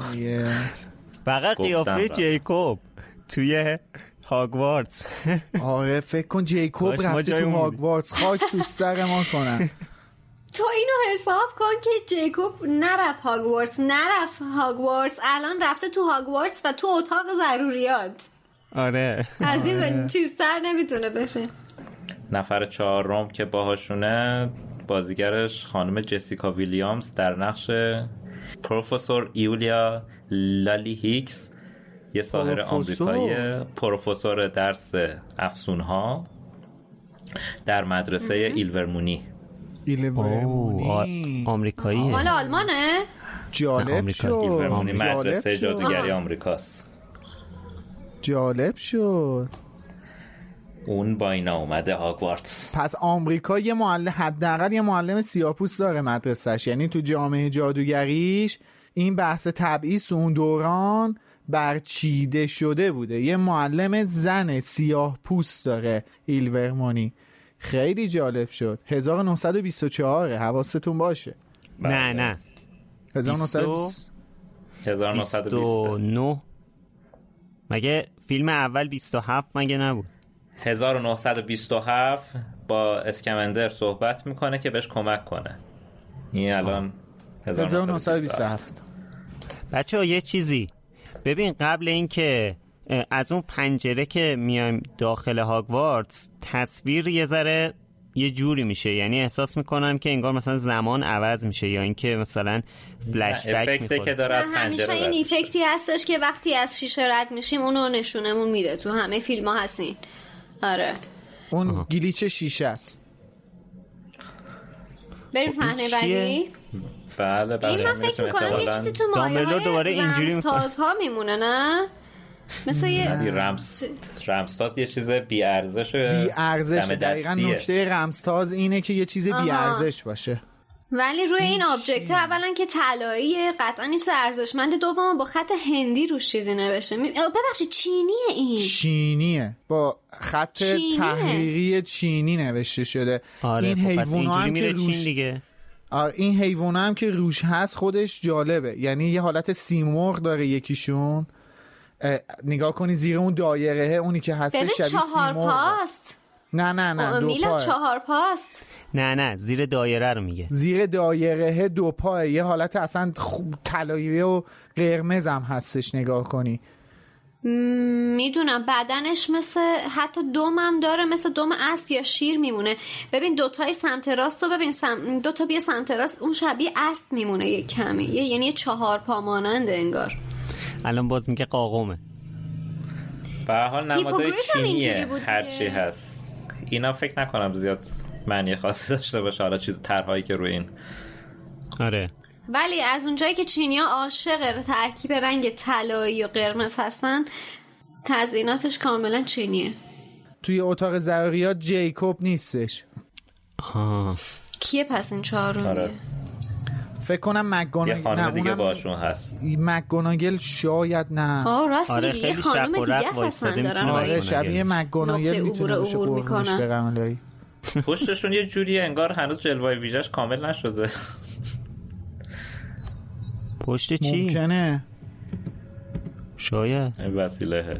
فقط قیافه جیکوب توی هاگوارتس. آره فکر کن جیکوب رفته تو هاگوارتس. خاک تو سر ما کنن. تو اینو حساب کن که جیکوب نرفت هاگوارتس نرفت هاگوارتس الان رفته تو هاگوارتس و تو اتاق ضروریات. آره از این چیزتر نمیتونه بشه. نفر چهارم که باهاشونه بازیگرش خانم جسیکا ویلیامز در نقش پروفسور ایولیا لالی هیکس، یه ساحر آمریکایی، پروفسور درس افسونها در مدرسه ایلورمونی. ایلورمونی آمریکاییه. مال آلمانه؟ جالب شد. ایلورمونی مدرسه جادوگری آمریکاست. جالب شد. اون با اینا اومده هاگوارتس. پس آمریکا یه معلم، حداقل یه معلم سیاه‌پوست داره مدرسه‌اش، یعنی تو جامعه جادوگریش این بحث تبعیض اون دوران برچیده شده بوده. یه معلم زن سیاه‌پوست داره ایلورمونی. خیلی جالب شد. هزار و نهصد و بیست و چهار حواستون باشه. نه نه هزار و نهصد و بیست هزار و نهصد و بیست و نه مگه فیلم اول بیست و هفت مگه نبود؟ هزار و نهصد و بیست و هفت با اسکمندر صحبت میکنه که بهش کمک کنه. این الان هزار و نهصد و بیست و هفت. بچه ها یه چیزی ببین، قبل این که از اون پنجره که میایم داخل هاگوارتس تصویر یه ذره یه جوری میشه، یعنی احساس میکنم که انگار مثلا زمان عوض میشه یا اینکه مثلا فلش بک میخوره. که داره از همیشه این افکتی هستش که وقتی از شیشه رد میشیم اونو نشونمون میده، تو همه فیلم ها هستین. آره اون آها. گلیچ شیشه است. بریم صحنه بعدی. بله بله. این من فکر میکنم یه چیزی تو مایه های رمزتازها میمونه، نه؟ مثل یه رمز رمزتاز یه چیز بی ارزشه. بی ارزش دقیقاً نکته رمزتاز اینه که یه چیز بی ارزش باشه. ولی روی این آبجکت اولا که طلاییه قطعا نیست ارزشمند، دوم با خط هندی روش چیزی نوشته. ببخشید چینیه این. چینیه با خط چینیه. تحریری چینی نوشته شده. آره این حیونا هم که روش دیگه. آره این حیونا هم که روش هست خودش جالبه، یعنی یه حالت سیمرغ داره نگاه کنی زیر اون دایره اونی که هستش شبیه چهار سیمرغ. پاست. نه نه نه دو میلا پاه. چهار پاست. نه نه زیر دایره رو میگه. زیر دایره دو پاه، یه حالت اصلا خوب طلایی و قرمز هم هستش نگاه کنی. میدونم بدنش مثل حتی دومم داره، مثل دوم اسب یا شیر میمونه. ببین دوتای سمت راست رو ببین، سم... دوتا بیا سمت راست، اون شبیه اسب میمونه یک کمی، یعنی چهار پا ماننده انگار. الان باز میگه قاقمه. به هر حال نمادهای چینیه بود هرچی هست. اینا فکر نکنم زیاد معنی خاصی داشته باشه، حالا چیز طرحایی که روی این. آره ولی از اونجایی که چینی‌ها عاشق ترکیب رنگ طلایی و قرمز هستن، تزییناتش کاملا چینیه. توی اتاق ضروریات جیکوب نیستش. آه. کیه پس این چهارمیه؟ آره. فکر کنم مکگوناگل. یه خانم نه دیگه اونم باشون هست. مکگوناگل شاید نه. آه راست آره میگی، یه خانم دیگه هستن دارن. آره شبیه مکگوناگل میتونه باشه، قربونش برم الهی. پشتشون یه جوری انگار هنوز جلوه ویژش کامل نشده. پشت چی؟ ممکنه شاید این وسیله.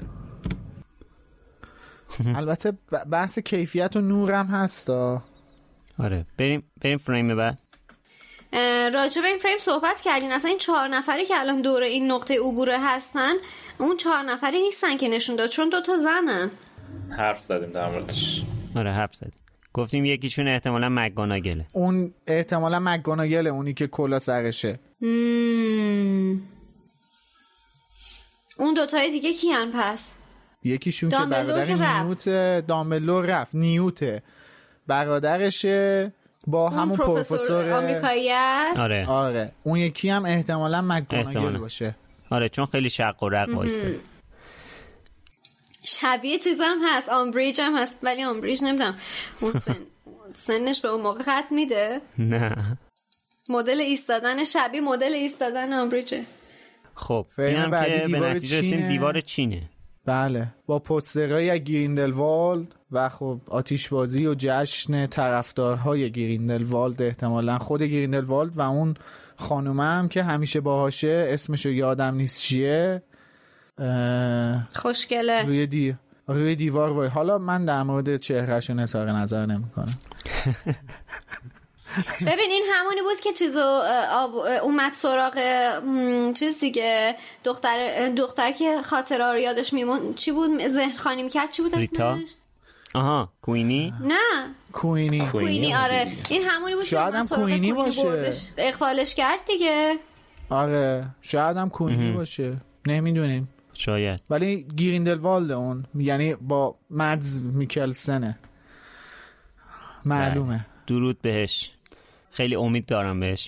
البته بحث کیفیت و نورم هستا. آره بریم بریم فریم بعد. راجع به این فریم صحبت کردین، اصلا این چهار نفری که الان دور این نقطه عبوره هستن اون چهار نفری نیستن که نشون داد، چون دوتا زنن. حرف زدیم در موردش. آره حرف زدیم، گفتیم یکیشون احتمالاً مکگوناگله. اون احتمالاً مکگوناگله، اونی که کلا سرشه. مم. اون دوتای دیگه کیان پس؟ یکیشون که برادر نیوته، دامبلور رفت، نیوته برادرشه با همون پروفسور آمریکایی است. آره آره اون یکی هم احتمالاً مکگوناگل باشه. آره چون خیلی شق و رق وایسه. شبیه چیزم هست، آمبریج هم هست، ولی آمبریج نمیدونم اون سن... سنش به اون موقع خط میده. نه مدل ایستادن شبیه مدل ایستادن آمبریجه. خب اینم که به نتیجه رسیم دیوار چینه. بله با پوسترهای از گریندلوالد و خب آتیشبازی و جشن طرفدارهای گریندلوالد، احتمالاً خود گریندلوالد و اون خانومه هم که همیشه باهاشه، اسمشو یادم نیست چیه، خوشگله، روی دی روی دیوار وای. حالا من در مورد چهرهشون اظهار نظر نمی‌کنم. ببین این همونی بود که چیزو اومد سراغ چیز دیگه، دختر دختر که خاطره رو یادش میمون، چی بود ذهن خالی میکرد، چی بود اسمش؟ آها کوینی؟ نه کوینی کوینی آره این همونی بود شاید که هم کوینی باشه، اقفالش کرد دیگه. آره شاید هم کوینی باشه، نمیدونیم شاید، ولی گریندلوالد اون یعنی با مدز میکلسنه معلومه. درود بهش، خیلی امید دارم بهش.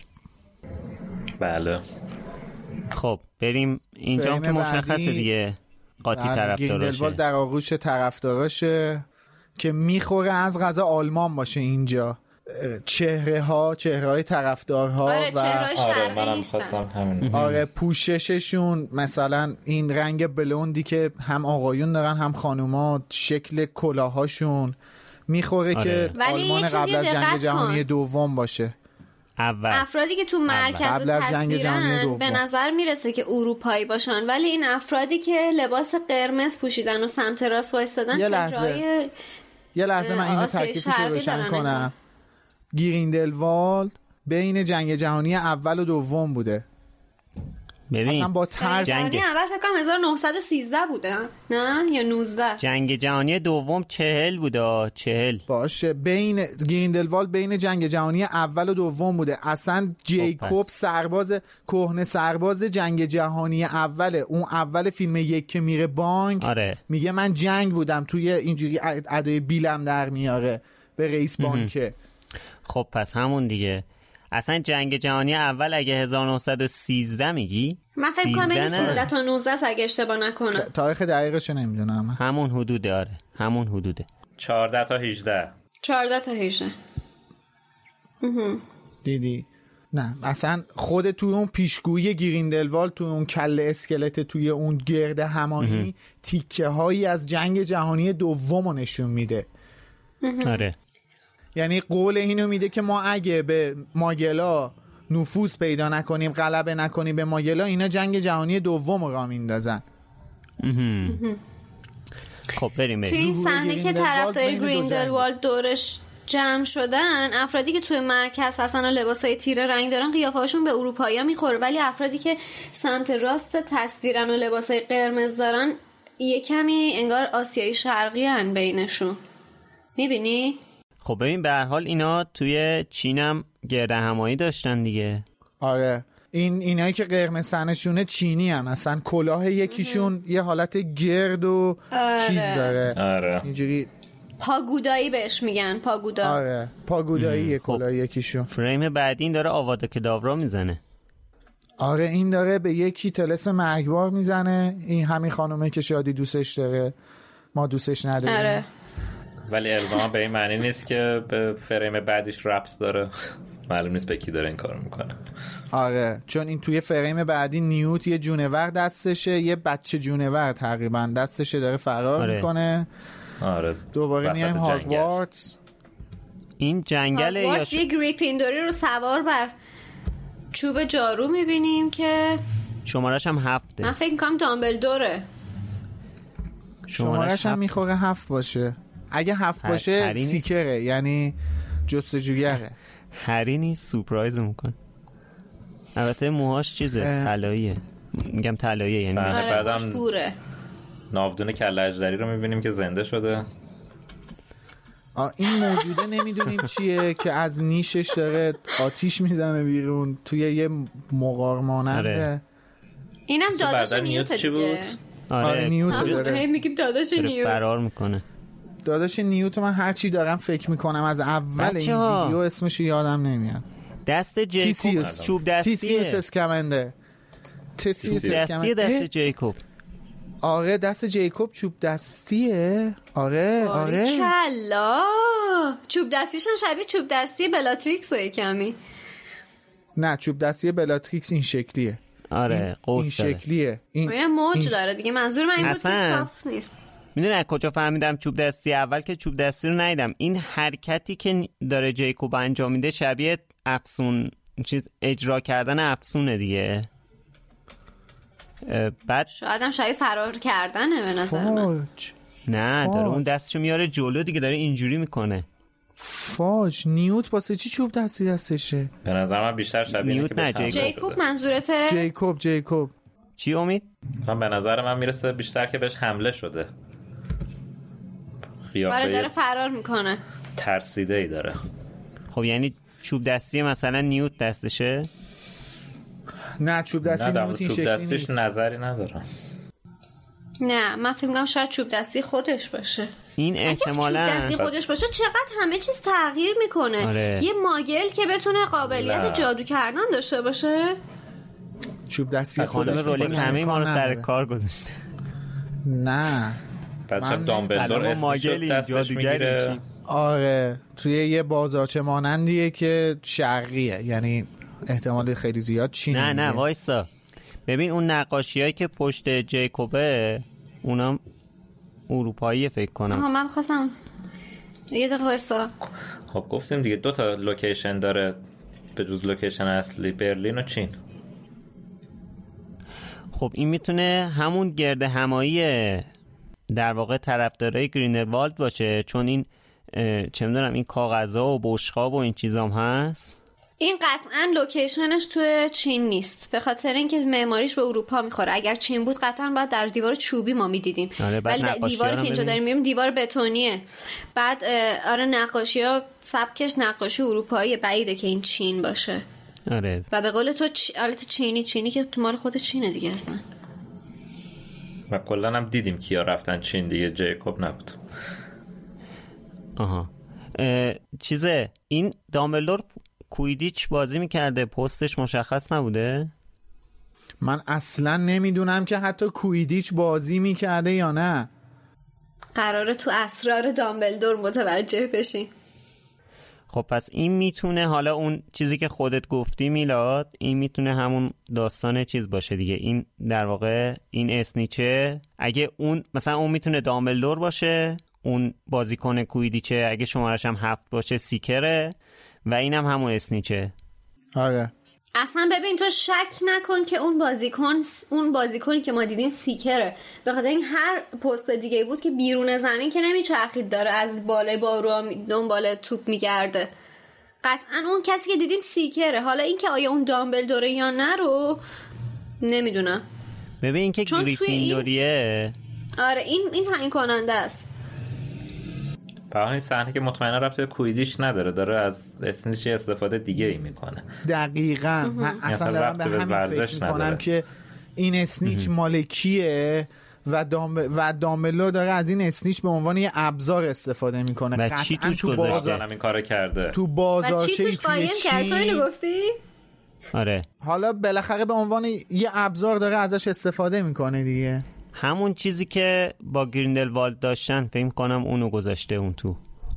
بله خب بریم اینجا هم که مشخصه دیگه قاطی طرفداراشه. گریندلوالد در آغوش طرفداراشه که میخوره از غذا آلمان باشه اینجا. چهره ها چهره های طرفدارها آره و آره نیستن. آره پوشششون مثلا این رنگ بلوندی که هم آقایون دارن هم خانوما، شکل کلاهاشون میخوره آره. که آلمان قبل از جنگ جهانی دوم باشه. اول افرادی که تو مرکز تصویرن به نظر میرسه که اروپایی باشن، ولی این افرادی که لباس قرمز پوشیدن و سمت راست وایستادن یه لحظه یه لحظه من اینو تکلیفش رو روشن کنم. گریندلوالد بین جنگ جهانی اول و دوم بوده. ببین اصلا با ترس جنگ جهانی اول فکر کنم هزار و نهصد و سیزده بوده، نه یا نوزده. جنگ جهانی دوم چهل بوده. چهل باشه. بین گریندلوالد بین جنگ جهانی اول و دوم بوده. اصلا جیکوب سرباز کهنه سرباز جنگ جهانی اوله، اون اول فیلم یک که میره بانک آره. میگه من جنگ بودم، توی اینجوری ادای بیلم در میاره به رئیس بانکه. خب پس همون دیگه. اصلا جنگ جهانی اول اگه هزار و نهصد و سیزده میگی؟ من فکر کنم بین سیزده تا نوزده اگه اشتباه نکنم. تاریخ دقیقش نمیدونم. همون حدوده. آره همون حدوده. چهارده تا هجده. چهارده تا هجده. دیدی؟ نه اصلا خود توی اون پیشگویی گریندلوالد توی اون کله اسکلت توی اون گرد همانی تیکه هایی از جنگ جهانی دوم رو نشون میده. آره. یعنی قول اینو میده که ما اگه به ماگلا نفوذ پیدا نکنیم، غلبه نکنیم به ماگلا، اینا جنگ جهانی دوم رو راه میندازن. خب بریم بریم. توی این صحنه که طرفدار گریندلوالد دورش جمع شدن، افرادی که توی مرکز هستن و لباسای تیره رنگ دارن قیافه‌هاشون به اروپایی‌ها میخوره، ولی افرادی که سمت راست تصویرن و لباسای قرمز دارن یه کمی انگار آسیایی شرقی هن بینشون. میبینی؟ خب ببین به هر حال اینا توی چینم گرد همایی داشتن دیگه. آره این اینایی که قرمز تنشونه چینی هن، اصلا کلاه یکیشون یه حالت گرد و آره. چیز داره. آره اینجوری پاگودایی بهش میگن، پاگودا. آره پاگودایی یه کلاه یکیشون. فریم بعدی این داره آوادا کداورا میزنه. آره این داره به یکی طلسم مرگبار میزنه. این همین خانومه که شادی دوستش داره ما دوستش نداریم. آره. ولی الزاما به این معنی نیست که به فریم بعدیش رپس داره. معلوم نیست به کی داره این کارو میکنه. آره چون این توی فریم بعدی نیوت یه جونور دستشه، یه بچه جونور تقریبا دستشه داره فرار آره. میکنه. آره دوباره میایم هاگوارتس. این جنگله یا هاگوارتس یه گریفیندوری رو سوار بر چوب جارو میبینیم که شمارش هم هفته. من فکر میکنم دامبلدوره. شمارش هم میخوره هفت باشه. اگه هفت باشه سیکره، یعنی جستجوگره. هری نیست، سورپرایز میکنه. البته موهاش چیزه طلاییه. میگم طلاییه یعنی بعدم بوره. ناودون کله اژدری رو میبینیم که زنده شده. آه این موجوده نمیدونیم چیه که از نیشش داره آتیش میزنه بیرون توی یه مغار ماننده. اینم داداش نیوت دیگه. آره نیوت داره. میگیم داداش نیوت فرار میکنه. داداش نیوت من هرچی دارم فکر میکنم از اول این ویدیو اسمش یادم نمیاد. دست جیکوب چوب دستیه. تیسیوس اسکمندر. تیسیوس اسکمندر دست جیکوب. آره دست جیکوب چوب دستیه. آره آره کلا چوب دستیش هم شبیه چوب دستی بلاتریکس یه کمی. نه چوب دستی بلاتریکس این شکلیه. آره قوس این شکلیه. این این موج داره دیگه. منظور من این بود که صاف نیست. میدونی از کجا فهمیدم چوب دستی؟ اول که چوب دستی رو ندیدم، این حرکتی که داره جیکوب انجام میده شبیه افسون چیز اجرا کردن افسونه دیگه. بعد شاید هم شبیه فرار کردنه به نظر من. نه فاج. داره اون دستشو میاره جلو دیگه، داره اینجوری میکنه. فاج نیوت واسه چی چوب دستی دستشه؟ به نظر من بیشتر شبیه نیوت نه جیکوب. جیکوب منظورته؟ جیکوب جیکوب چی امید؟ من به نظر من میرسه بیشتر که بهش حمله شده. آره داره فرار میکنه. ترسیده ای داره. خب یعنی چوب دستی مثلا نیوت دستشه؟ نه چوب دستی نیوت این شکلی نیست. چوب دستیش نظری نداره. نه من فکر می‌کنم شاید چوب دستی خودش باشه. این احتمالاً چوب دستی خودش باشه چقدر همه چیز تغییر میکنه. آره. یه ماگل که بتونه قابلیت نه. جادو کردن داشته باشه. چوب دستی خودش رولینگ همه ما رو سر کار گذاشته. نه بعد دامبلدور اسمش دستش میگیره. آره توی یه بازاچه مانندیه که شرقیه، یعنی احتمال خیلی زیاد چینیه. نه نه وایسا ببین اون نقاشیایی که پشت جیکوبه اونم اروپایی فکر کنم. آها من خواستم یه دقیقه وایسا. خب گفتیم دیگه دو تا لوکیشن داره به جز لوکیشن اصلی، برلین و چین. خب این میتونه همون گرد همایی در واقع طرفدارای گریندلوالد باشه، چون این چه میدونم این کاغذها و بشقاب و این چیزام هست. این قطعا لوکیشنش توی چین نیست، به خاطر اینکه معماریش به اروپا میخوره. اگر چین بود قطعا باید در دیوار چوبی ما میدیدیم، ولی دیواری که اینجا داریم میبینیم دیوار بتونیه. بعد آره نقاشی‌ها سبکش نقاشی اروپایی، بعیده که این چین باشه. آره و به قول تو چ... آلت چینی چینی که تو مال خود چینه دیگه هستن. و کلا هم دیدیم کیا رفتن چین دیگه، جیکوب نبود. آها چیزه این دامبلدور کویدیچ بازی میکرده، پستش مشخص نبوده؟ من اصلا نمیدونم که حتی کویدیچ بازی میکرده یا نه. قراره تو اسرار دامبلدور متوجه بشی. خب پس این میتونه حالا اون چیزی که خودت گفتی میلاد، این میتونه همون داستان چیز باشه دیگه. این در واقع این اسنیچه، اگه اون مثلا اون میتونه دامبلدور باشه، اون بازیکن کویدیچه اگه شمارش هم هفت باشه سیکره، و اینم هم همون اسنیچه. آره اصلا ببین تو شک نکن که اون بازیکن اون بازیکنی که ما دیدیم سیکره، به خاطر این هر پست دیگه بود که بیرون زمین که نمیچرخید داره از بالای بارو دنبال توپ میگرده. قطعا اون کسی که دیدیم سیکره. حالا این که آیا اون دامبلدوره یا نه رو نمیدونم. ببین این که گریفیندوریه این... آره این این تعیین کننده است. فقط این صحنه که مطمئنا ربطی به کویدیش نداره، داره از اسنیچ استفاده دیگه ای میکنه. دقیقاً من اصلا دارم به همین فکر میکنم که این اسنیچ مالکیه و دام و دامبلدور داره از این اسنیچ به عنوان یه ابزار استفاده میکنه. و چی توش تو بازار هم این کارو کرده، تو بازارچه چی توش قایم کرد. تو اینو گفتی؟ آره حالا بالاخره به عنوان یه ابزار داره ازش استفاده میکنه دیگه. همون چیزی که با گریندلوالد داشتن فکر کنم اونو گذاشته اون تو.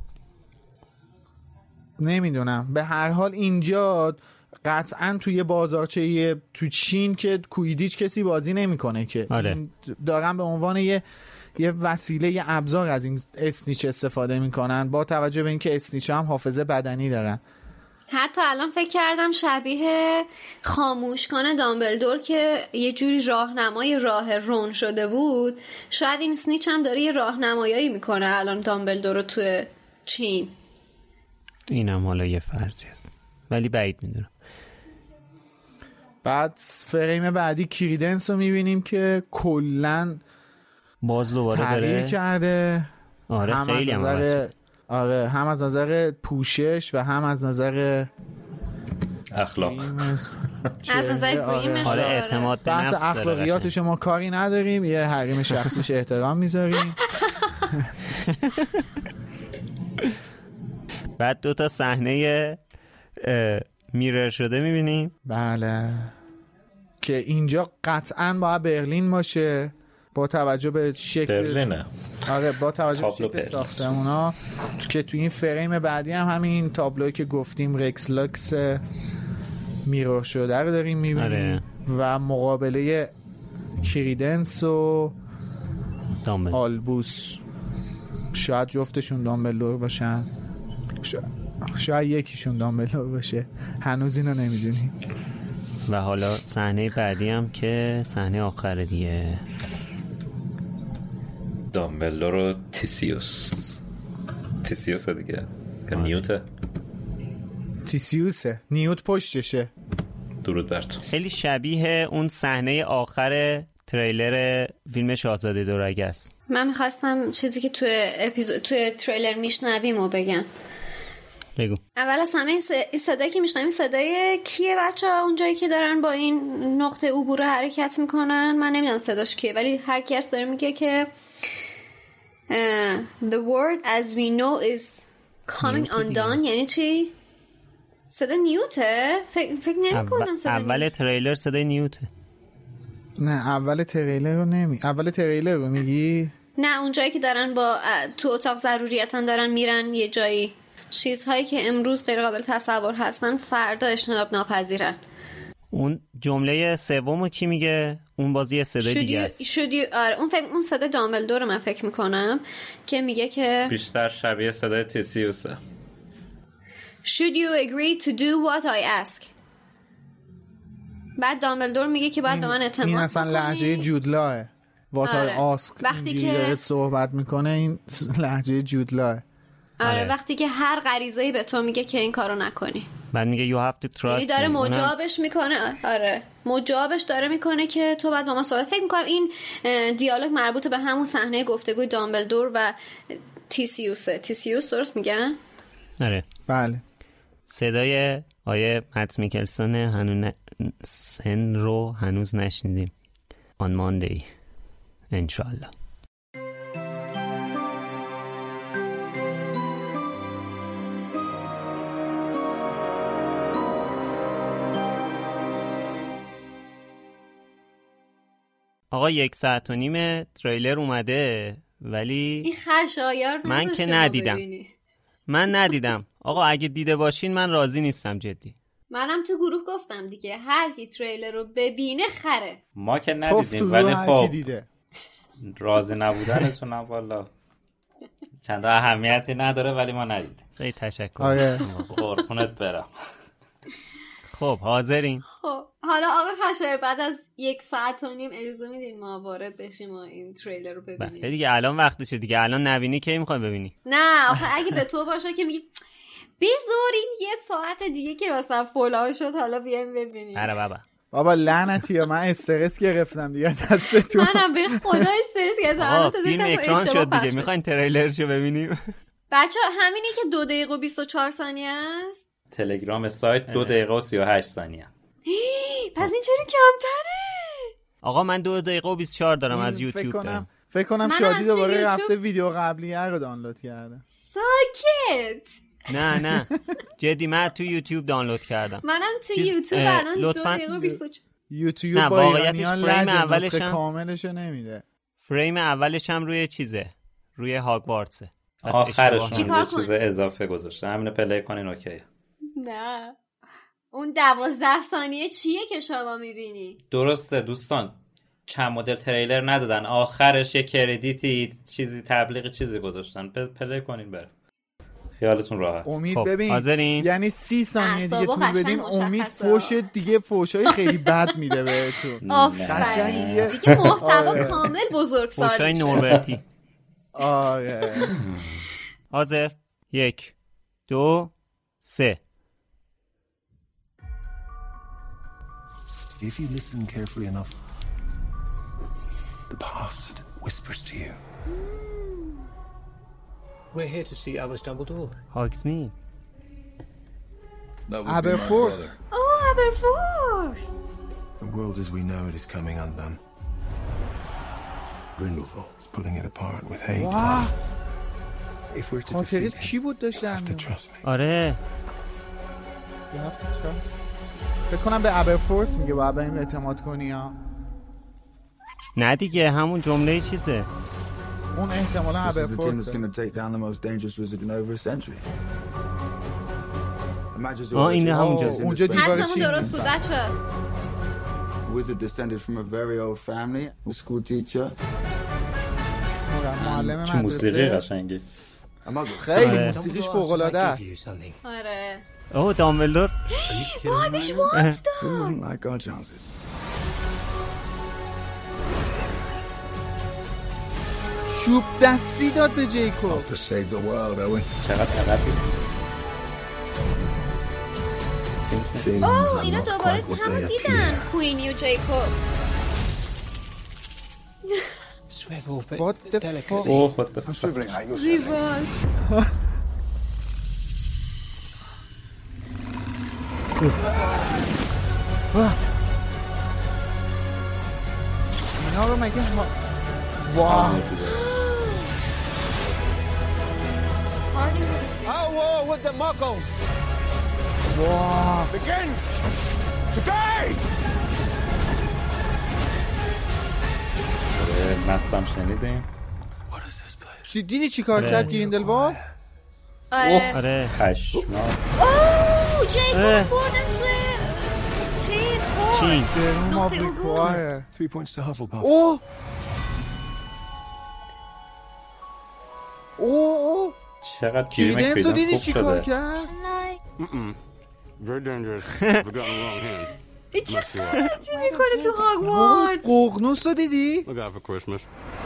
نمیدونم، به هر حال اینجا قطعا توی بازارچه تو چین که کویدیچ کسی بازی نمیکنه که. آره. دارن به عنوان یه یه وسیله یه ابزار از این اسنیچ استفاده میکنن، با توجه به اینکه اسنیچ هم حافظه بدنی دارن. حتی الان فکر کردم شبیه خاموشکن دامبلدور که یه جوری راهنمای راه رون شده بود، شاید این اسنیچ هم داره یه راهنمایی میکنه الان دامبلدور رو توی چین. اینم حالا یه فرضی است ولی بعید میدونم. بعد فریم بعدی کریدنس رو میبینیم که کلن باز دوباره تغییر کرده. آره هم خیلی از نظر آره هم از نظر پوشش و هم از نظر اخلاق. از نظر گریمش. آره اعتماد به نفس بحث اخلاقیاتش ما کاری نداریم، یه حریم شخصیش احترام میذاریم. بعد دو تا صحنه میرر شده میبینیم. بله که اینجا قطعاً باید برلین باشه با توجه به شکل برلینه. آره با توجه به شکل ساختمونا که تو این فریم بعدی هم همین تابلویی که گفتیم رکس لاکس میرور شده رو داریم میبینیم. آره. و مقابله کریدنس و دامبل. آلبوس شاید جفتشون دامبلدور باشن، شاید, شاید یکیشون دامبلدور باشه، هنوز اینو نمیدونیم. و حالا صحنه بعدی هم که صحنه آخر دیگه، دامبلدور و تیسیوس. تیسیوس دیگه که نیوته. تیسیوسه، نیوت پشتشه. درود بر تو. خیلی شبیه اون صحنه آخر تریلر فیلم شاهزاده دورگه است. من میخواستم چیزی که توی اپیزود توی تریلر میشنویم و بگم. بگو. اول از همه این صدایی که میشنویم صدای کیه بچه ها اونجایی که دارن با این نقطه عبور حرکت میکنن؟ من نمیدونم صداش کیه، ولی هر کی هست داره میگه که uh, the word as we know is coming undone. یعنی چی؟ صدا نیوته؟ فکر, فکر نمی کنم صدا اول نیوت. تریلر صدای نیوته. نه اول تریلر رو نمی اول تریلر رو میگی؟ نه اونجایی که دارن با تو اتاق ضروریاتن دارن میرن یه جایی، چیزهایی که امروز غیر قابل تصور هستن فردا اجتناب ناپذیرن. اون جمله سومو کی میگه؟ اون بازی صدای دیگه است. شدی آره اون فکر اون صدا دامبلدور من فکر میکنم که میگه که بیشتر شبیه صدای تیسیوسه. Should you agree to do what I ask؟ بعد دامبلدور میگه که باید به من اعتماد این اصلا لهجه جودلاه. what I ask وقتی که داره صحبت میکنه این لهجه جودلاه. آره. آره وقتی که هر غریزه‌ای به تو میگه که این کارو نکنی، بعد میگه you have to trust. یعنی داره مجابش میکنه. آره مجابش داره میکنه که تو باید با ما صحبت. فکر میکنم این دیالوگ مربوط به همون صحنه گفتگوی دامبلدور و تیسیوسه. تیسیوس درست میگن؟ آره بله. صدای آیه مت میکلسون هنوز ن... سن رو هنوز نشنیدیم. on Monday انشالله. آقا یک ساعت و نیم تریلر اومده ولی این خشایار من که ندیدم. من ندیدم. آقا اگه دیده باشین من راضی نیستم جدی. منم تو گروه گفتم دیگه هر کی تریلر رو ببینه خره. ما که ندیدیم ولی خب راضی نبودنتون هم والا چند اهمیتی نداره ولی ما ندیدیم. خیلی تشکر. آره قربونت برم. خب حاضرین؟ خب حالا آقا خشایار بعد از یک ساعت و نیم اجازه میدین ما وارد بشیم و این تریلر رو ببینیم؟ بله دیگه الان وقتشه دیگه. الان نبینی کی میخوای ببینی؟ نه آخه اگه به تو باشه که میگی بذارین یه ساعت دیگه که مثلا فولان شد حالا بیایم ببینیم. آره بابا بابا لعنتی ها، من استرس گرفتم دیگه دستتون. منم به خدا استرس گرفتم. فیلم اکران شد دیگه، میخواین تریلرشو ببینیم؟ بچه همینی که دو دقیقه و بیست و چهار ثانیه است. تلگرام سایت دو دقیقه و سی و هشت ثانیه. پس این چرا کمتره؟ آقا من دو دقیقه و بیست و چهار دارم از یوتیوب دارم. فکر کنم شادی دوباره رفته ویدیو قبلی رو دانلود کرده. ساکت. نه نه جدی من تو یوتیوب دانلود کردم. منم تو یوتیوب الان دو دقیقه و بیست و چهار. یوتیوب با ایرانیان فریم اولش کاملش نمیده. فریم اولش هم روی چیزه، روی هاگوارتسه. آخرشون یه چیز اضافه گذاشته، همینو پلی کنین اوکی. نه اون دوازده ثانیه چیه که شما میبینی؟ درسته دوستان، چند مدل تریلر ندادن، آخرش یه کردیتی چیزی تبلیغ چیزی گذاشتن، پلی کنین بره خیالتون راحت. امید خب. ببین حاضرین؟ یعنی سی ثانیه دیگه طول بدین امید فوش دیگه فوشای خیلی بد میده بهتون. آفرین دیگه محتوا کامل بزرگسال میشه. فوشای نوربرتی. آره حاضر؟ یک دو سه. If you listen carefully enough, the past whispers to you. We're here to see Albus Dumbledore. Hogsmeade. Aberforth. Oh, Aberforth. The world as we know it is coming undone. Grindelwald is pulling it apart with hate. Wow. If we're to خاطره defeat کی بود him, you have to داشتم؟ trust me. آره You have to trust. فکر کنم به ابرفورس میگه باید به این اعتماد کنی ها. نه دیگه همون جمله چیزه. اون احتمالا ابرفورس. آه اینه همونجا. اونجا دیوار چیز درست بود بچه. Wizard descended from a very old family, a school teacher. معلم چه موسیقی قشنگی. خیلی موسیقیش فوق العاده است. آره. اوه دامبلدور. وای بهش وات داد. چوب دستی داد به جیکوب. چقدر عقبی. اوه اینا دوباره همه دیدن کوینی و جیکوب. What the fuck? اوه what the fuck. زیباست. اینا رو مگه ها واو Our war with the Muggles واو begins today. مقسم شنیدیم. چی دیدی چی کار کرد گریندلوالد؟ آره آره خشمناک. اوه جیکوب بردن توی چیز چی؟ سرم آفریقاه. Three points to Hufflepuff. اوه اوه چقدر کریمک کریدنس رو پیدنس دیدی خوب چی کار شده. کرد؟ Very dangerous. We've gotten the wrong hand. این چه غلطی میکنه تو هاگوارتس؟ ققنوس رو دیدی؟ Look out for Christmas.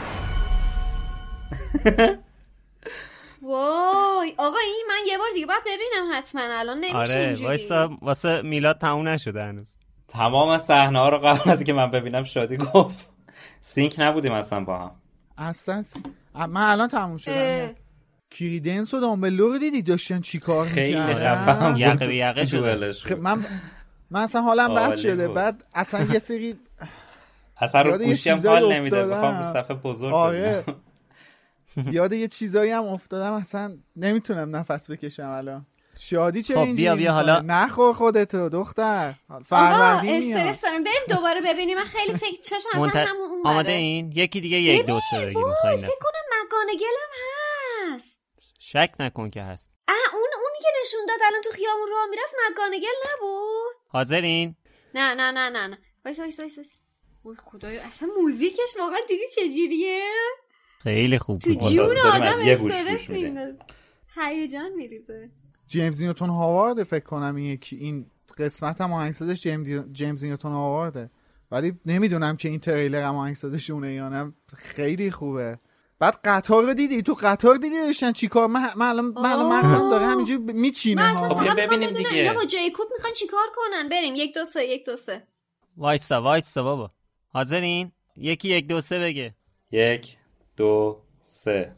وای آقا این من یه بار دیگه باید ببینم حتما، الان نمیشه آره اینجوری. وایسا واسه میلاد تموم نشده هنوز. تمام صحنه ها رو قبل از که من ببینم شادی گفت سینک نبودیم اصلا با هم. اصلا سی... من الان تموم شدم. کریدنس و دامبلدور رو دیدی داشتن چی کار میکردن؟ خیلی خفم یقه به یقه شده. خ... من من اصلا حالم بد شده. بعد اصلا یه سری اصلا رو گوشی هم حال نمیده، بخوام رو صفحه بزرگ آره. یاد یه چیزایی هم افتادم اصلا نمیتونم نفس بکشم الان. شادی چه اینجوری؟ خب بیا بیا حالا نخور خودتو دختر. فروردین میاد. استرس دارم بریم دوباره ببینیم. من خیلی فکر چشم اصلا منت... همون اون بره. آماده این یکی دیگه یک دو سه بگیم میخواین. فکر کنم مکانگل هم هست. شک نکن که هست. اه اون اونی که نشون داد الان تو خیابون راه میرفت مکانگل نبود؟ حاضرین؟ نه نه نه نه نه وایس وایس وایس وایس. وای خدایا اصلا موزیکش واقعا دیدی چجوریه؟ خیلی خوب بود. تو جون آدم استرس میندازه. هیجان میریزه. جیمز نیوتن هاوارد فکر کنم این یکی این قسمت هم آهنگسازش جیمز نیوتن آوارده، ولی نمیدونم که این تریلر هم آهنگسازش اونه یا نه. خیلی خوبه. بعد قطار رو دیدی؟ تو قطار دیدی داشتن چیکار؟ من من الان مغزم داره همینجوری میچینه. خب بیا ببینیم دیگه. اینا با جیکوب میخوان چیکار کنن؟ بریم. یک دو سه یک دو سه. وایسا وایسا بابا. حاضرین؟ یکی یک دو سه بگه. یک دو سه.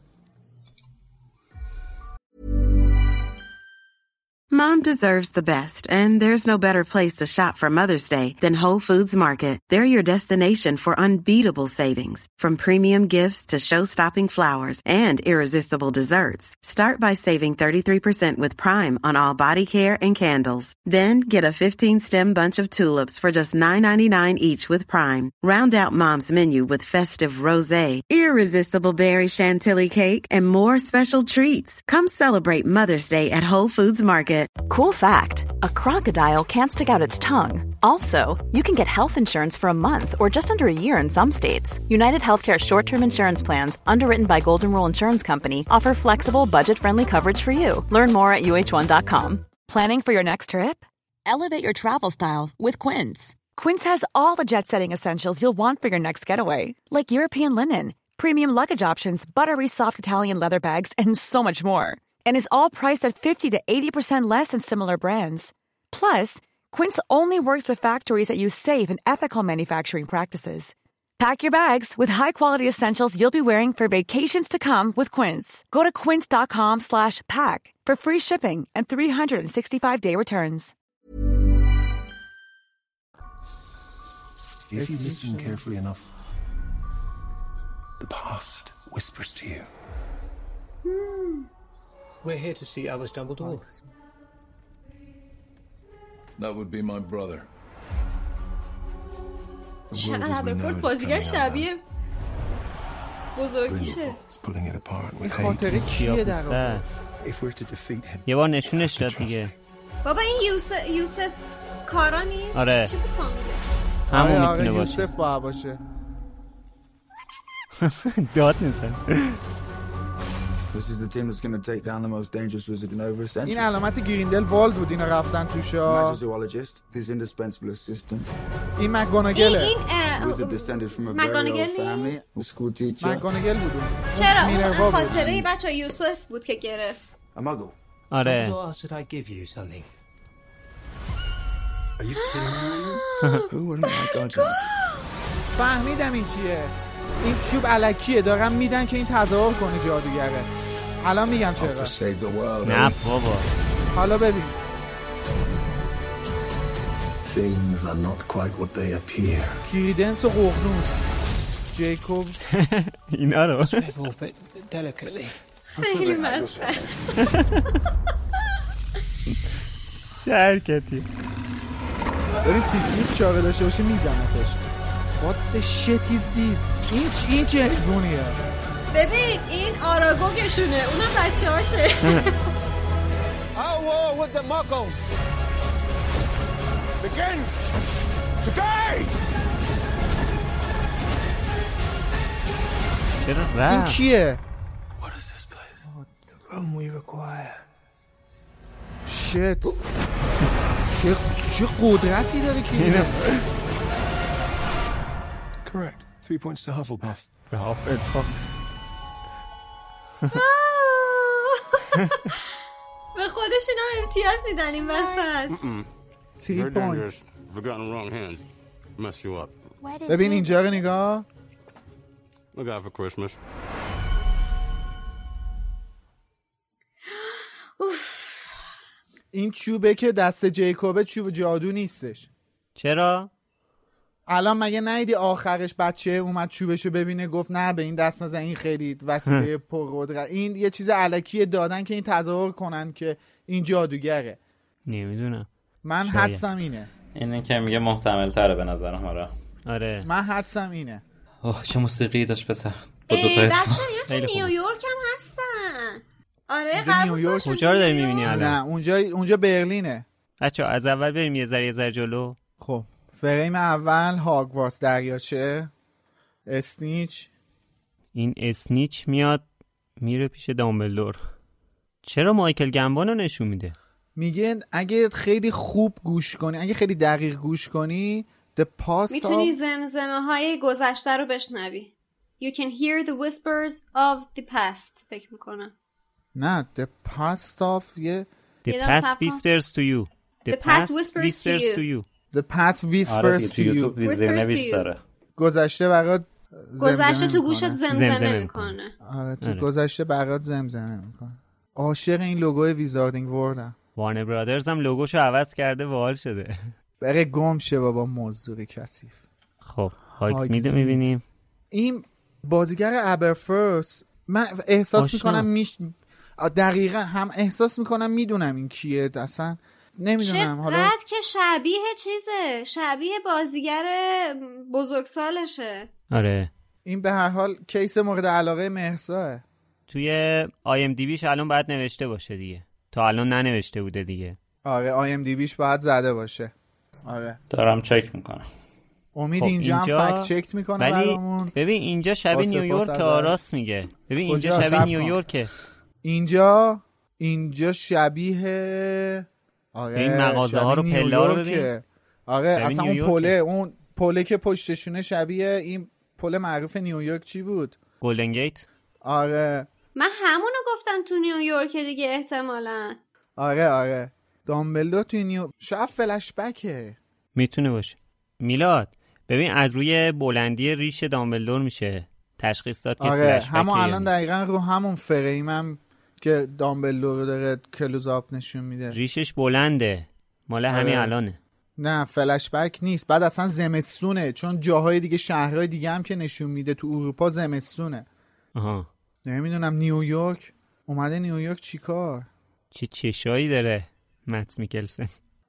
Mom deserves the best, and there's no better place to shop for Mother's Day than Whole Foods Market. They're your destination for unbeatable savings, from premium gifts to show-stopping flowers and irresistible desserts. Start by saving thirty-three percent with Prime on all body care and candles. Then get a fifteen-stem bunch of tulips for just nine ninety-nine each with Prime. Round out Mom's menu with festive rosé, irresistible berry chantilly cake, and more special treats. Come celebrate Mother's Day at Whole Foods Market. Cool fact, a crocodile can't stick out its tongue. Also, you can get health insurance for a month or just under a year in some states. United Healthcare short-term insurance plans, underwritten by Golden Rule Insurance Company, offer flexible, budget-friendly coverage for you. Learn more at U H one dot com. Planning for your next trip? Elevate your travel style with Quince. Quince has all the jet-setting essentials you'll want for your next getaway, like European linen, premium luggage options, buttery soft Italian leather bags, and so much more. And is all priced at fifty to eighty percent less than similar brands. Plus, Quince only works with factories that use safe and ethical manufacturing practices. Pack your bags with high-quality essentials you'll be wearing for vacations to come with Quince. Go to quince.com slash pack for free shipping and three sixty-five day returns. If you listen carefully enough, the past whispers to you. Hmm. We're here to see Albus Dumbledore. That would be my brother. چقدر پورت بازیگر شبیه بزرگیشه. این خاطره کیه در واقع؟ یه بار نشونش داد دیگه. بابا این یوسف یوسف کارا نیست؟ آره. چی بود فامیله؟ همون میتونه باشه. یوسف باید باشه. داد نزن. This is the team that's going to take down the most dangerous wizard in over a century. این علامت گریندل والد بود اینا رفتن توشا. Zoologist, his indispensable assistant. این مکگوناگله. این wizard descended from a very old family. The school teacher. مکگوناگل بود. چرا اون خاطره بچا یوسف بود که گرفت. A muggle. آره. Should I give you something? Are you kidding me? Who wouldn't like God? فهمیدم این چیه. این چوب الکیه دارم میدن که این تظاهر کنه جادوگره. الان میگم چرا. نه بابا. حالا ببین. Things are not quite what they appear. کریدنس و ققنوس. جیکوب. اینا رو. خیلی مسخره. چه حرکتی. بریم تیسمیس چاقه داشته باشه میزنتش. What the shit is this؟ این چ... این چه حیوانیه؟ ببین این آراگوگشونه اونم بچه هاشه. Our war with the Muggles begins today. چرا رفت؟ این کیه؟ What is this place? The room we require. shit. چه چه قدرتی داره که اینه. Correct. Three points to Hufflepuff. Hufflepuff. به خودشون هم امتیاز میدن این وسط. Three points. If got in the wrong hands, mess you up. ببین اینجا رو نگاه. Look out for Christmas. این چوبه که دست جیکوبه چوب جادو نیستش. چرا؟ الان مگه ندیدی آخرش بچه اومد چوبشو ببینه گفت نه به این دست نزن این خیلی وسیله پرقدرت. این یه چیز الکی دادن که این تظاهر کنن که این جادوگره. نمیدونم. من حدسم اینه. اینه که میگه محتمل تره به نظرم. آره. آره. من حدسم اینه. اوه چه موسیقی داشت پسر. ای بچه اینا تو نیویورک هم هستن. آره قرار کجا رو داری میبینی الان؟ نه اونجا اونجا برلینه. بچه از اول بریم یه ذره یه ذره جلو. خب فریم اول هاگوارتس دریاچه. اسنیچ. این اسنیچ میاد میره پیش دامبلدور. چرا مایکل گمبون رو نشون میده؟ میگه اگه خیلی خوب گوش کنی، اگه خیلی دقیق گوش کنی the past میتونی of... زمزمه های گذشته رو بشنوی. You can hear the whispers of the past. فکر میکنم نه the past of یه The past whispers to you. The past whispers to you. The past whispers to you. Whispers to you. گذشته برات گذشته تو گوشت زمزمه میکنه. آره تو گذشته برات زمزمه میکنه. عاشق این لوگو ویزاردینگ وردم. وارنر برادرز هم لوگوشو عوض کرده باحال شده. بره گم شه بابا موضوع کثیف. خب هایکس میده میبینیم. این بازیگر ابرفورس من احساس میکنم میش دقیقاً هم احساس میکنم میدونم این کیه اصلا نمیدونم. حالا چقدر که شبیه چیزه، شبیه بازیگر بزرگسالشه. آره این به هر حال کیس مورد علاقه مهرساه. توی آی ام دی بیش الان باید نوشته باشه دیگه، تا الان ننوشته بوده دیگه. آره آی ام دی بیش باید زده باشه. آره دارم چک میکنم. امید خب اینجا, اینجا هم فکت چک میکنه ولی برامون. ببین اینجا شبیه نیویورک آراس میگه. ببین اینجا شبیه نیویورکه. اینجا اینجا شبیه آره این مغازه ها رو پلا رو ببین. آره اصلا اون پله اون پله که پشتشونه شبیه این پل معروف نیویورک چی بود؟ گلدن گیت. آره من همونو گفتم تو نیویورک دیگه احتمالاً. آره آره دامبلدور تو نیو شاید فلش بکه. میتونه باشه. میلاد ببین از روی بلندی ریش دامبلدور میشه تشخیص داد که آره فلش بکه. همون الان دقیقاً رو همون فریمم که دامبلدور داره کلوزآپ نشون میده. ریشش بلنده. مال همین آره. الانه. نه فلش بک نیست. بعد اصلا زمستونه چون جاهای دیگه شهرهای دیگه هم که نشون میده تو اروپا زمستونه. آها. نمیدونم نیویورک اومده نیویورک چیکار؟ چی چشایی داره مت میکلسن.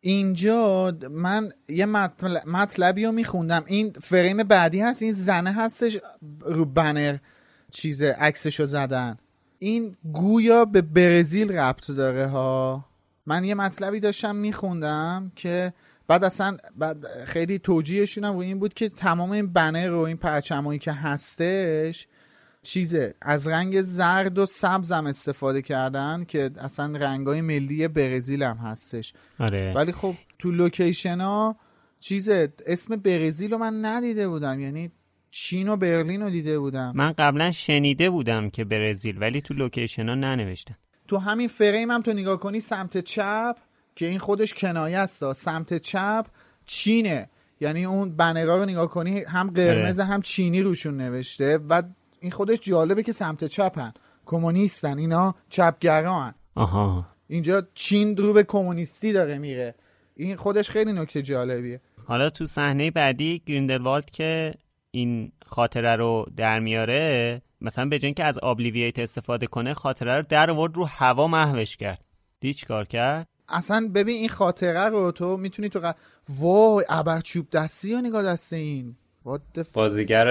اینجا من یه مطلب مطلبی رو میخوندم. این فریم بعدی هست این زنه هستش رو بنر چیزه عکسشو زدن. این گویا به برزیل ربط داره ها. من یه مطلبی داشتم میخوندم که بعد اصلا بعد خیلی توجیهشون هم رو این بود که تمام این بنر و این پرچمایی که هستش چیزه از رنگ زرد و سبز هم استفاده کردن که اصلا رنگای ملی برزیل هم هستش. آره. ولی خب تو لوکیشن ها چیزه اسم برزیل رو من ندیده بودم، یعنی چین و برلین رو دیده بودم. من قبلا شنیده بودم که برزیل ولی تو لوکیشن ها ننوشتن. تو همین فریم هم تو نگاه کنی سمت چپ که این خودش کنایه است، سمت چپ چینه، یعنی اون بنرها رو نگاه کنی هم قرمز هم چینی روشون نوشته و این خودش جالبه که سمت چپن، کمونیستن اینا، چپگران. آها. اینجا چین رو به کمونیستی داره میره. این خودش خیلی نکته جالبیه. حالا تو صحنه بعدی گریندلوالد که این خاطره رو در میاره، مثلا به جای اینکه از ابلیوییت استفاده کنه خاطره رو در آورد رو هوا محوش کرد. دیدی چیکار کرد؟ اصلا ببین این خاطره رو تو میتونی تو ق... وای ابرچوب دستی و نگاه دسته این ف... بازیگر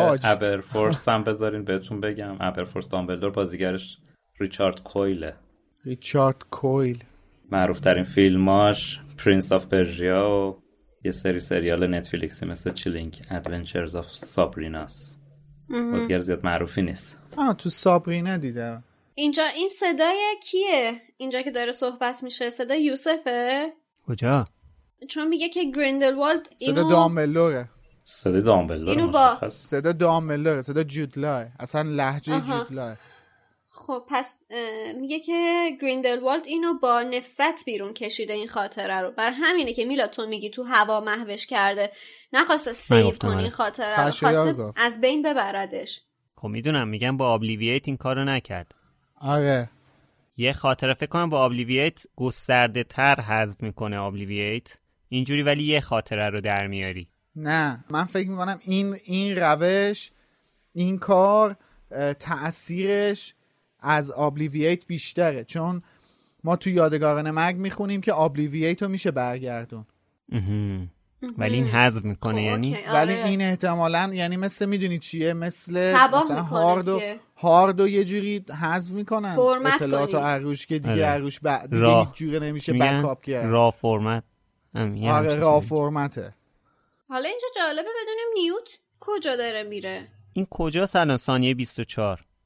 ابرفورس هم بذارین بهتون بگم. ابرفورس دامبلدور بازیگرش ریچارد کویله. ریچارد کویل معروف ترین فیلماش پرنس آف پرژیا و یه سری سریال نتفلیکسی مثل چیلینگ ادونچرز آف سابریناس. بازیگر زیاد معروفی نیست. آه تو سابرینا دیدم. اینجا این صدای کیه؟ اینجا که داره صحبت میشه صدای یوسفه؟ کجا؟ چون میگه که گریندلوالد اینو صدا دامبلدوره. صدا دامبلدور اینو با صدا دامبلدوره، صدا جودلای، اصلا لهجه جودلای. خب پس میگه که گریندلوالد اینو با نفرت بیرون کشیده این خاطره رو، بر همینه که میلاد تو میگی تو هوا محوش کرده، نخواسته سیو کنی این خاطره رو، خواسته از بین ببردش. خب میدونم میگم با ابلیوییت این کارو نکرد. آره یه خاطره فکر کنم با ابلیوییت گسترده تر حذف میکنه ابلیوییت اینجوری، ولی یه خاطره رو در میاری. نه من فکر میکنم این این روش این کار تأثیرش از ابلیوییت بیشتره، چون ما تو یادگاران مرگ میخونیم که ابلیوییت رو میشه برگردون ولی این حذف میکنه. یعنی ولی این احتمالاً یعنی مثل میدونی چیه، مثل مثلا هارد و هارد و یه جوری حذف میکنن اطلاعات و عروش که دیگه عروش بعد دیگه هیچ جوری نمیشه بکاپ کرد. را فرمت. آره را فرمته. حالا اینجا جالبه بدونیم نیوت کجا داره میره. این کجاست الان؟ ثانیه بیست و چهار.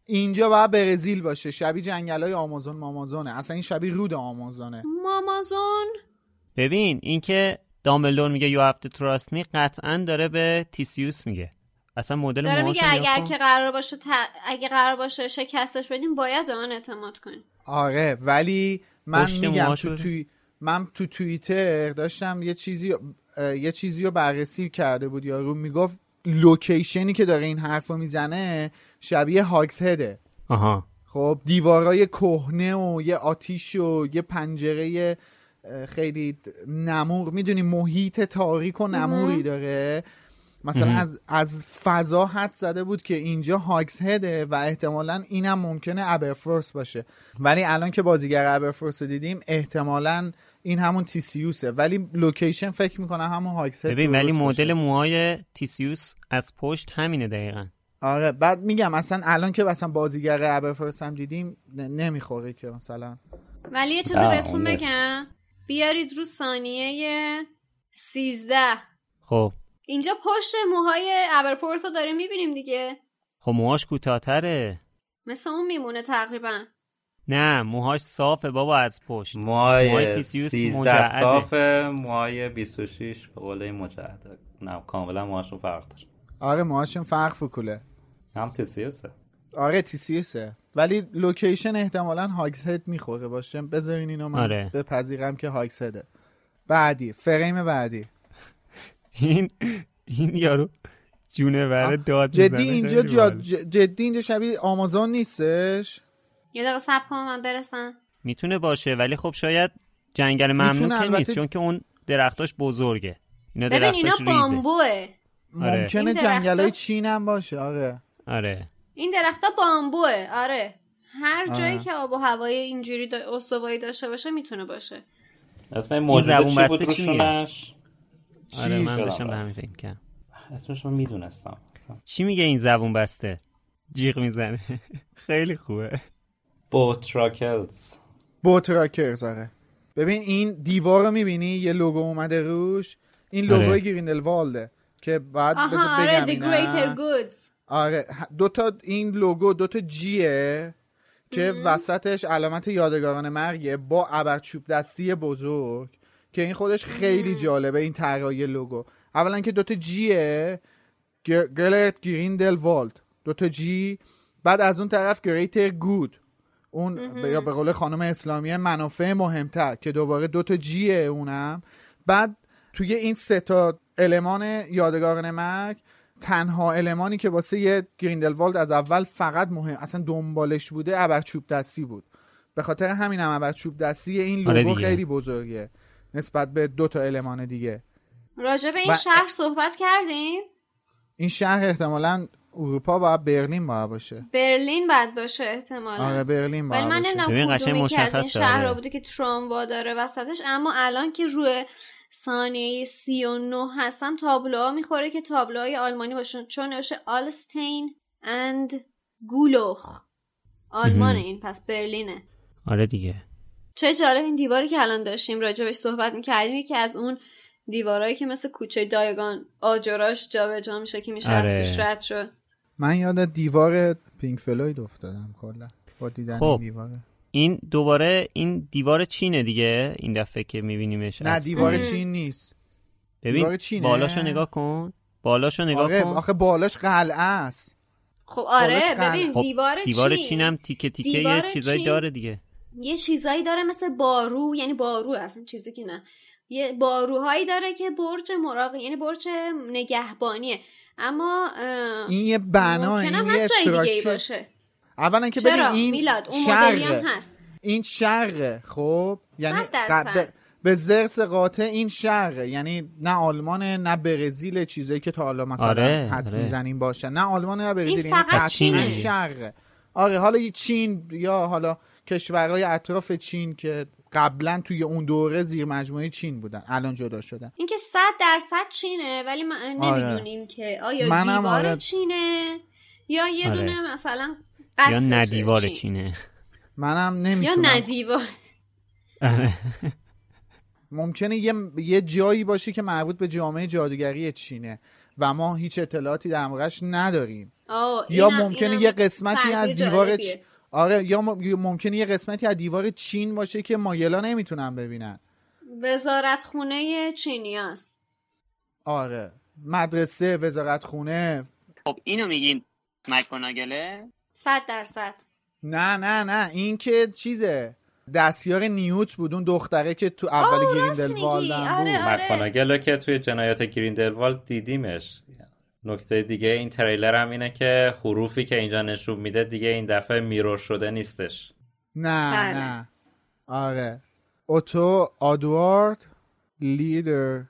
اینجا باید برزیل باشه، شبیه جنگلای آمازون مامازونه، اصلا این شبیه رود آمازونه. مامازون. ببین این که دامبلدور میگه you have to trust me قطعا داره به تیسیوس میگه. اصلا مدل داره موهاشو میگه اگر که قرار باشه ت... اگه قرار باشه شکستش بدیم باید به من اعتماد کنیم. آره ولی من میگم تو بده. توی من تو توییتر داشتم یه چیزی یه چیزی رو بررسی کرده بود، یارو میگفت لوکیشنی که داره این حرفو میزنه شبیه هاگز هده. آها. خب دیوارای کهنه و یه آتیش و یه پنجره خیلی نمور، میدونی محیط تاریک و نموری داره. مثلا از از فضا حد زده بود که اینجا هاگز هده و احتمالاً اینم ممکنه ابرفورس باشه، ولی الان که بازیگر ابرفورس رو دیدیم احتمالاً این همون تیسیوسه، ولی لوکیشن فکر میکنم همون هاگز هد. ببین ولی مدل موهای تیسیوس از پشت همینه دقیقاً. آره بعد میگم مثلا الان که مثلا بازیگر ابرفورس هم دیدیم نمیخوره که مثلا. ولی یه چیزی بهتون بگم، بیارید رو ثانیه سیزده. خب اینجا پشت موهای ابرفورس رو داریم میبینیم دیگه. خب موهاش کوتاه‌تره. مثل اون میمونه تقریبا. نه موهاش صافه بابا از پشت. موهای تیسیوس مجعده. صافه، موهای بیست و شش به قول مجعده. نه کاملا موهاشون فرق داره. آره موهاشون فرق فکوله. هم تیسیوسه. آره تیسیوسه ولی لوکیشن احتمالاً هاگز هد میخوره باشه. بذارین اینو من آره. بپذیرم که هاگز هده. بعدی فریم بعدی این این یارو جونور داد میزنه. جدی اینجا جا جدی اینجا شبیه آمازون نیستش؟ یه دقیقه صبر کن من برسم. میتونه باشه ولی خب شاید جنگل ممنوع که نیست چون که اون درختاش بزرگه. اینا ببین اینا بامبوه. ممکنه جنگلای چین هم باشه. آره آره این درختا بامبوه. آره هر جایی آره. که آب و هوای اینجوری دا... استوایی داشته باشه میتونه باشه. اسم این موجود چی بود روشونش؟ آره من داشتم به همین فکر کردم. اسمش من میدونستم. چی میگه این زبون بسته؟ جیغ میزنه. خیلی خوبه. بوتراکلز. بوتراکرز آره. ببین این دیوار رو میبینی یه لوگو اومده روش. این لوگوی آره. گریندلوالده که بعد آها آره The Greater Goods. آره دوتا این لوگو دوتا جیه که وسطش علامت یادگاران مرگه با ابرچوب دستی بزرگ که این خودش خیلی جالبه. این طراحی لوگو اولا که دوتا جیه گلرت گریندلوالد دوتا جی، بعد از اون طرف گریتر گود اون یا به قول خانم اسلامیه منافع مهمتر که دوباره دوتا جیه اونم. بعد توی این سه تا المان یادگاران مرگ تنها المانی که واسه یه گریندلوالد از اول فقط مهم اصلا دنبالش بوده ابرچوب دستی بود. به خاطر همین هم ابرچوب دستی این لوگو آره خیلی بزرگه نسبت به دو تا المان دیگه. راجع به این و... شهر صحبت کردیم. این شهر احتمالاً اروپا باید برلین باید باشه. برلین باید باشه احتمالاً. آره برلین باید باشه. ولی من نمیدونم کدومی که از این شهر بوده که تراموا داره وسطش، اما الان که روی ثانیه سی و نه هستم تابلوها میخوره که تابلوهای آلمانی باشن چون نوشته آلستین اند گولوخ. آلمانه این پس برلینه. آره دیگه. چه جالب این دیواری که الان داشتیم راجبش صحبت میکردیم که از اون دیوارایی که مثل کوچه دایگان آجراش جابجا میشه که میشه آره. از توش رد شد. من یاد دیوار پینک فلوید افتادم کلا با دیدن خب. این دیواره. این دوباره این دیوار چینه دیگه این دفعه که میبینیمش. نه دیوار ام. چین نیست. ببین بالاشو نگاه کن. بالاشو نگاه آره. کن. آخه بالاش قلعه است. خب آره ببین خب دیوار چین. دیوار چین هم تیکه تیکه یه چیزایی چین. داره دیگه. یه چیزایی داره مثل بارو، یعنی بارو اصلا چیزی که نه. یه باروهایی داره که برج مراقب یعنی برج نگهبانیه. اما این یه بنا این یه استراکچر باشه. اولا که ببین این میلاد اون مدلی هم هست. این شرقه خب یعنی ب... به زرس قاطع این شرقه، یعنی نه آلمانه نه برزیل چیزایی که تا حالا مثلا آره، حدس آره. میزنیم باشه، نه آلمانه نه برزیل، این فقط چینه. شرقه. آره حالا چین یا حالا کشورهای اطراف چین که قبلا توی اون دوره زیر مجموعه چین بودن الان جدا شدن. این که صد درصد چینه ولی ما نمیدونیم آره. که آیا دیوار آره. چینه یا یه آره. دونه مثلا یا ندیوار چین. چینه منم نمیدونم یا ندیوار ممکنه یه یه جایی باشه که مربوط به جامعه جادوگری چینه و ما هیچ اطلاعاتی در موردش نداریم. یا ممکنه یه قسمتی از دیوار چ... آره یا ممکنه یه قسمتی از دیوار چین باشه که ماگلا نمیتونن ببینن. وزارت خونه چینیاست. آره مدرسه، وزارت خونه. خب اینو میگین مک‌گوناگله؟ صد درصد. نه نه نه این که چیزه دستیار نیوت بود، اون دختره که تو اول گریندلوالد هم بود. آره آره. مک‌گوناگل که توی جنایات گریندلوالد دیدیمش. نکته دیگه این تریلر هم اینه که حروفی که اینجا نشون میده دیگه این دفعه میرور شده نیستش. نه بله. نه آره اوتو آدوارد لیدر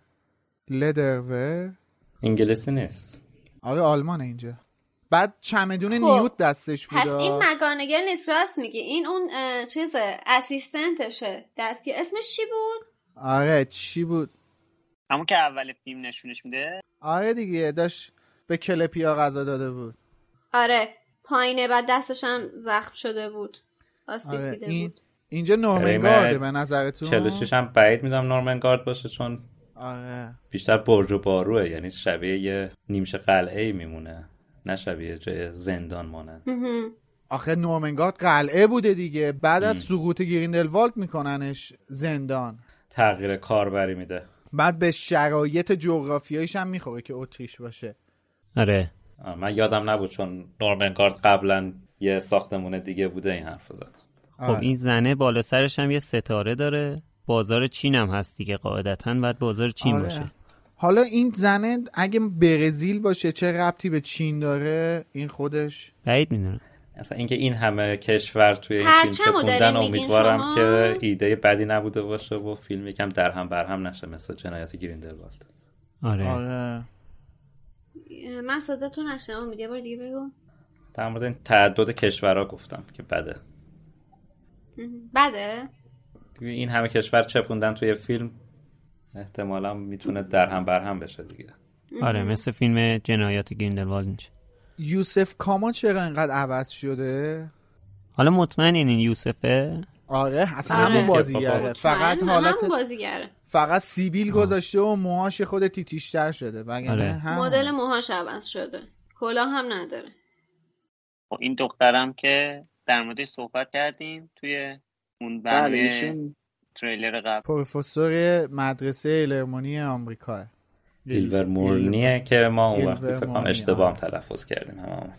لیدرور انگلیسی نیست. آره آلمانه اینجا. بعد چمدون خب. نیوت دستش بود. پس این مک‌گوناگل نیست، راست میگی. این اون چیزه اسیستنتشه دستی. اسمش چی بود؟ آره چی بود؟ همون که اول فیلم نشونش میده. آره دیگه داشت به کلپیا غذا داده بود. آره پایینه بعد دستش هم زخم شده بود. آسیب آره. دیده این... بود. اینجا نورمنگارده به نظرتون؟ چهل و شش هم بعید میدم نورمنگارد باشه چون آره بیشتر برج و باروه، یعنی شبیه یه نیمچه قلعه‌ای میمونه نه شبیه جای زندان مانند. آخه نورمنگارد قلعه بوده دیگه، بعد از سقوط گریندلوالد میکننش زندان. تغییر کاربری میده. بعد به شرایط جغرافیاییش هم میخوره که اتریش باشه. آره من یادم نبود چون نورمنگارد قبلا یه ساختمون دیگه بوده این حرف زدم. خب این زنه بالا سرش هم یه ستاره داره. بازار چین هم هست دیگه، قاعدتاً باید بازار چین آره. باشه. حالا این زنه اگه برزیل باشه چه ربطی به چین داره؟ این خودش بعید میدونم. اصلا اینکه این همه کشور توی این فیلم چپوندن، امیدوارم که ایده بدی نبوده باشه و فیلم یکم در هم بر هم نشه مثل جنایات گریندلوالد. آره آره من صداتون نشنیدم، امید یه بار دیگه بگو. در مورد این تعدد کشورها گفتم که بده. بده؟ این همه کشور چپوندن توی فیلم احتمالا میتونه در هم بر هم بشه دیگه. آره مثل فیلم جنایات گریندلوالد میشه. یوسف کاما چرا اینقدر عوض شده؟ حالا مطمئن این آره آره اصلا آره. همون بازیگره، فقط حالت بازیگره، فقط سیبیل گذاشته و موهاش خود تیتیشتر شده وگرنه آره. هم مدل موهاش عوض شده، کلاه هم نداره. خب این دخترم که در موردش صحبت کردیم توی اون برنامه تریلر قبل، پروفسور مدرسه ایلورمونی آمریکا ایلورمونیه که ما اون وقتی فکر کنم اشتباه هم تلفظ کردیم هممون.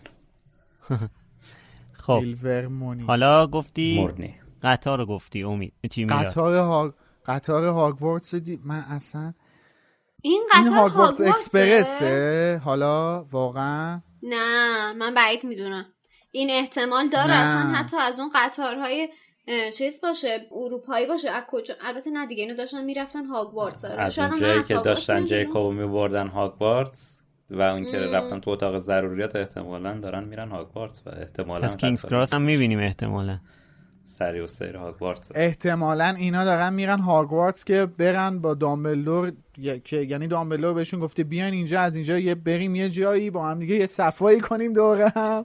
خب حالا گفتی مورنی. قطار گفتی امید چی میاد؟ قطار ها... قطار هاگوارتس دی... من اصلا این قطار این هاگوارتس اکسپرسه حالا واقعا؟ نه من بعید میدونم. این احتمال داره نه. اصلا حتی از اون قطارهای چیز باشه اروپایی باشه. از کجا؟ البته نه دیگه اینو داشتن میرفتن هاگوارتس. از اون جایی که داشتن جیکوبو میبردن هاگوارتس و اون که رفتن تو اتاق ضروریات احتمالاً دارن میرن هاگوارتس و احتمالاً از کینگز کراس هم میبینیم احتمالاً سری و سیر هاگوارتس. احتمالاً اینا دارن میرن هاگوارتس که برن با دامبلدور که یعنی دامبلدور بهشون گفته بیاین اینجا، از اینجا یه بریم یه جایی با هم دیگه یه صفایی کنیم دوره هم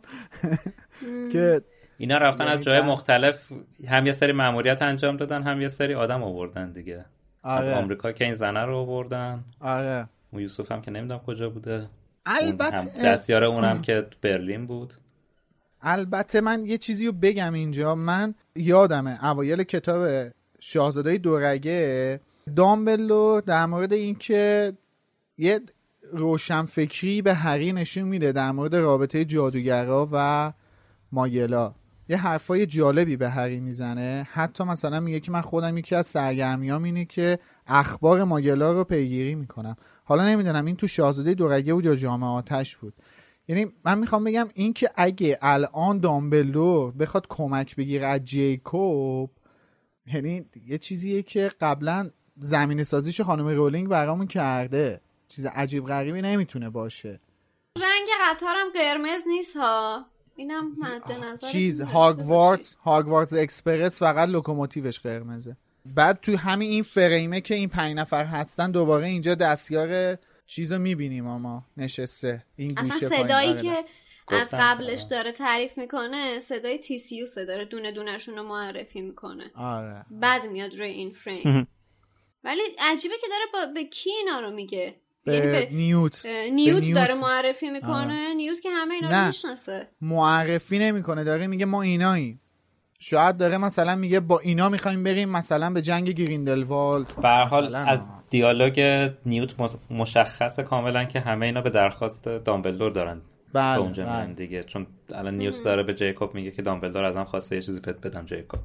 که اینا رفتن از جای مختلف هم یه سری مأموریت انجام دادن هم یه سری آدم آوردن دیگه. آره. از آمریکا که این زنه رو آوردن. آره. اون یوسف هم که نمیدونم کجا بوده. البته دستیار اونم که برلین بود. البته من یه چیزی رو بگم اینجا، من یادمه اوایل کتاب شاهزاده دورگه دامبلدور در مورد این که یه روشنفکری به هری نشون میده در مورد رابطه جادوگرا و ماگلا، یه حرفای جالبی به هری میزنه. حتی مثلا میگه که من خودم یکی از سرگرمیام اینه که اخبار ماگلا رو پیگیری میکنم. حالا نمیدونم این تو شاهزاده دورگه بود یا جام آتش بود. یعنی من میخوام بگم این که اگه الان دامبلدور بخواد کمک بگیره از جیکوب، یعنی یه چیزیه که قبلا زمینه سازیش خانم رولینگ برامون کرده، چیز عجیب غریبی نمیتونه باشه. رنگ قطارم قرمز نیست ها، اینم مد نظر. چیز هاگوارتس هاگوارتس اکسپرس فقط لوکوموتیوش قرمزه. بعد تو همین این فریمه که این پنج نفر هستن دوباره اینجا دستیار چیزو میبینیم اما نشسته این گوشه اصلا صدایی که از قبلش داره تعریف میکنه صدای تی سی یو داره دونه دونه‌شون رو معرفی میکنه. آره. بعد میاد روی این فریم. ولی عجیبه که داره با... به کی اینا رو میگه؟ به نیوت نیوت نیوت داره معرفی میکنه. نیوت که همه اینا رو میشناسه. معرفی نمیکنه، داره میگه ما ایناییم. شاید داره مثلا میگه با اینا میخوایم بریم مثلا به جنگ گریندلوالد. به هر حال از دیالوگ نیوت مشخصه کاملا که همه اینا به درخواست دامبلدور دارن بله اونجا من دیگه، چون الان نیوت داره به جیکوب میگه که دامبلدور ازم خواسته یه چیزی بهت بدم جیکوب.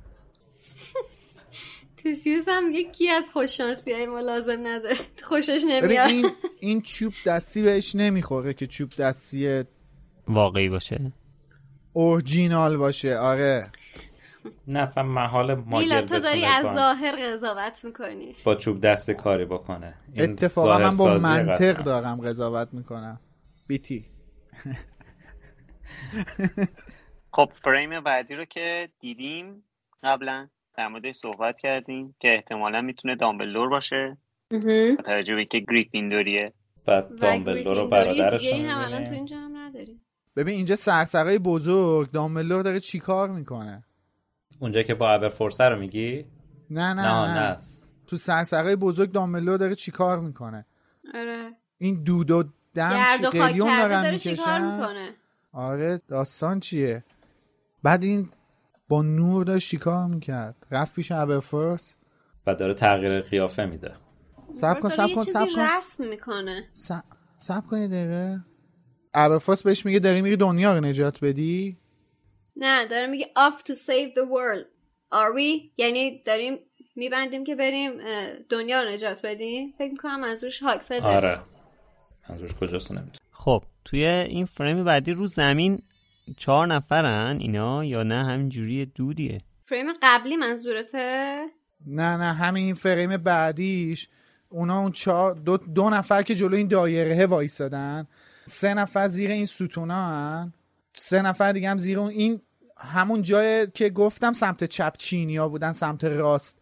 تیسیوس هم میگه کی از خوششانسی ما لازم نداره، خوشش نمیاد. این این چوب دستی بهش نمیخوره که چوب دستی واقعی باشه، اورجینال باشه. آره نه اصلا محال ما میلا تو داری از ظاهر قضاوت میکنی، با چوب دست کاری بکنه. اتفاقا من با منطق دارم قضاوت میکنم. بیتی خب فریم بعدی رو که دیدیم قبلا در موردش صحبت کردیم که احتمالاً میتونه دامبلدور باشه با توجه به اینکه گریفیندوریه. بعد دامبلدور رو برادرش دیگه هم الان تو اینجا هم نداریم. ببین اینجا سرسرای بزرگ دامبلدور داره چیکار میکنه؟ اونجا که با ابرفورس رو میگی؟ نه نه نه, نه. نه. تو سرسرای بزرگ دامبلدور داره چیکار میکنه؟ آره این دود و دم چی قلیون دارن میکشن. آره داستان چیه؟ بعد این با نور داشت چیکار میکرد؟ رفت پیش ابرفورس و داره تغییر قیافه میده. سب کن سب کن سب کن رسم میکنه. سب کن یه دقیقه. ابرفورس بهش میگه داری میری دنیا رو نجات بدی؟ نه داره میگه off to save the world are we، یعنی داریم میبندیم که بریم دنیا رو نجات بدیم. فکر میکنم منظورش هاکسده. آره منظورش کجاست نمیدونم. خب توی این فریم بعدی رو زمین چهار نفرن اینا یا نه همین جوری دودیه؟ فریم قبلی منظورته؟ نه نه همین فریم بعدیش اونا اون چهار دو, دو نفر که جلو این دایره وایسادن، سه نفر زیر این ستونا هن، سه نفر دیگه هم زیر اون. این همون جای که گفتم سمت چپ چینیا بودن، سمت راست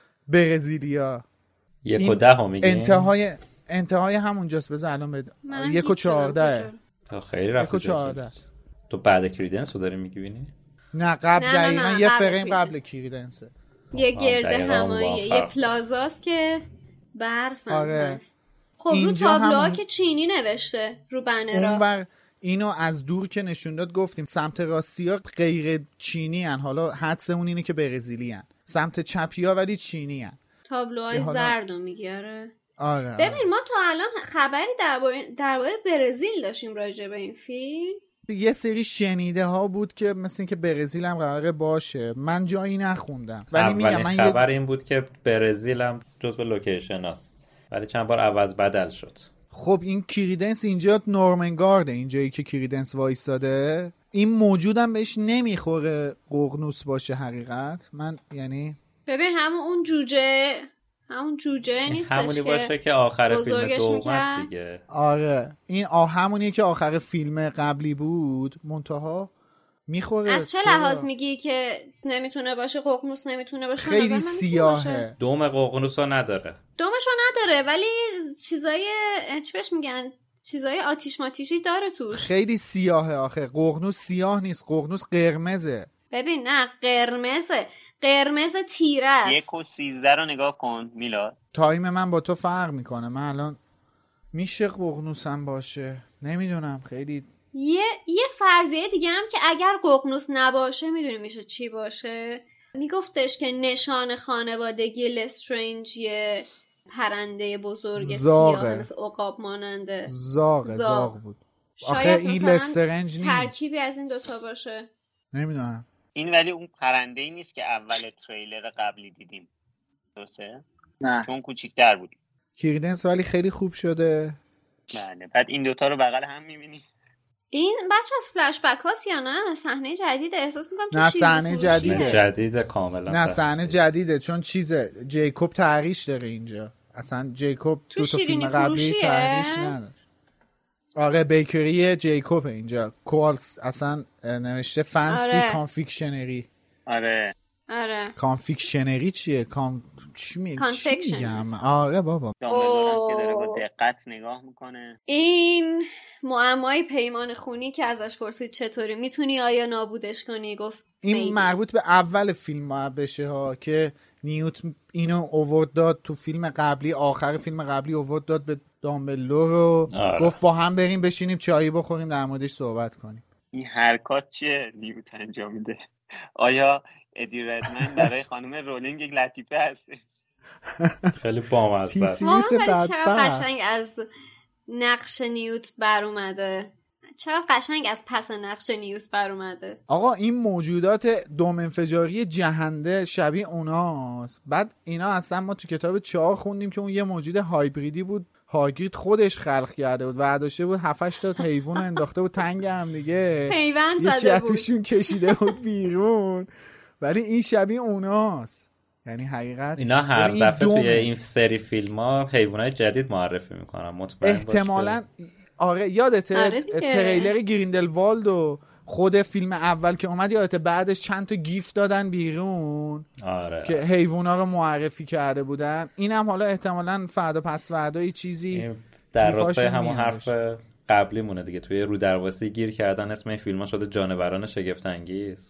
برزیلیا. یک و ده ها میگیم انتهای انتهای همونجاست. بذار الان بده یک و چهارده تا خیلی رفت. یک و چهارده تو بعد کریدنس رو داری میگیبینی؟ نه قبل دقیقا یه فریم قبل کریدنسه. یه گرده هماییه، یه پلازاست که برف هم آره. هست. خب رو تابلوها همون... که چینی نوشته رو بنرها. اون بر اینو از دور که نشون داد گفتیم سمت راستی ها غیر چینی هن، حالا حدسمون اینه که برزیلی هن. سمت چپی ها ولی چینی هن. تابلوهای حالا... زردو میگیاره. آره ببین آره. ما تا الان خبری درباره درباره برزیل داشتیم راجع به این فیلم. یه سری شنیده ها بود که مثل این که برزیل هم قراره باشه. من جایی نخوندم ولی میگم من خبر یه... این بود که برزیل هم جزو لوکیشن هست ولی چند بار عوض بدل شد. خب این کریدنس اینجا نورمنگارده، اینجایی که کریدنس وایستاده این موجودم بهش نمیخوره ققنوس باشه حقیقت. من یعنی ببین همون اون جوجه همون جوجه نیستش همونی باشه که آخر فیلم دوم دیگه. آره این آ همونیه که آخر فیلم قبلی بود منتها میخوره. از چه لحاظ میگی که نمیتونه باشه ققنوس نمیتونه باشه؟ خیلی سیاهه. دوم ققنوس رو نداره. دومشو نداره ولی چیزای چی بهش میگن چیزای آتیش ماتیشی داره توش. خیلی سیاهه آخه. ققنوس سیاه نیست، ققنوس قرمزه. ببین نه قرمزه، قرمز تیره است. یک و سیزده رو نگاه کن میلاد. تایم من با تو فرق میکنه. من الان میشه ققنوسم باشه نمیدونم. خیلی یه یه فرضیه دیگه هم که اگر ققنوس نباشه میدونی میشه چی باشه؟ میگفتش که نشان خانوادگی لسترنج یه پرنده بزرگ سیاه مثل عقاب ماننده زاغ زاغ بود. آخه این لسترنج نیست، ترکیبی از این دوتا باشه نمیدونم. این ولی اون پرنده ای نیست که اول تریلر قبلی دیدیم درسته؟ نه چون کوچیک‌تر بود. کریدنس ولی خیلی خوب شده. بله بعد این دوتا رو بغل هم میبینی. این بچه از فلش بک هاست یا نه؟ صحنه جدیده احساس میکنم تو نه صحنه جدیده. جدیده کاملا. نه صحنه جدیده چون چیزه جیکوب تحریش داره اینجا. اصلا جیکوب تو تا فیلم قبلی تحریش نداشت. آره بیکری جیکوب اینجا کوالز اصلا نوشته فنسی آره. کانفیکشنری. آره آره کانفیکشنری چیه؟ کام چی می چی میگم؟ آره بابا دامبلدور که داره با دقت نگاه میکنه. این معمای پیمان خونی که ازش پرسید چطوری میتونی آیا نابودش کنی گفت این میدی. مربوط به اول فیلم باید بشه ها که نیوت اینو اوورد داد تو فیلم قبلی، آخر فیلم قبلی اوورد داد به دامبلدور رو آره. گفت با هم بریم بشینیم چایی بخوریم در موردش صحبت کنیم. این حرکات چیه نیوت انجام میده؟ آیا ادی ردمن برای خانم رولینگ یک لطیفه هست؟ خیلی بامزه است. واقعا چقدر قشنگ از نقش نیوت بر اومده، چقدر قشنگ از پس نقش نیوت بر اومده. آقا این موجودات دوم انفجاری جهنده شبیه اوناست. بعد اینا اصلا ما تو کتاب چهار خوندیم که اون یه موجود هایبریدی بود، هاگرید خودش خلق کرده بود، ورداشته بود هفتش تا حیوان انداخته بود تنگ هم دیگه، پیوند زده بود، یه چتوشون کشیده بود بیرون. ولی این شبیه اوناست. یعنی حقیقت اینا هر دفعه توی این سری فیلم ها حیوانات جدید معرفی میکنن مطمئن احتمالاً. آره یادته آره تریلر گریندلوالد و خود فیلم اول که اومد یادته بعدش چند تا گیف دادن بیرون آره. که حیوونا رو معرفی کرده بودن. اینم حالا احتمالاً فردا پس فردا یه چیزی در راستای همون حرف قبلی مونه دیگه، توی رو درواسی گیر کردن اسم این فیلم ها شده جانوران شگفت انگیز.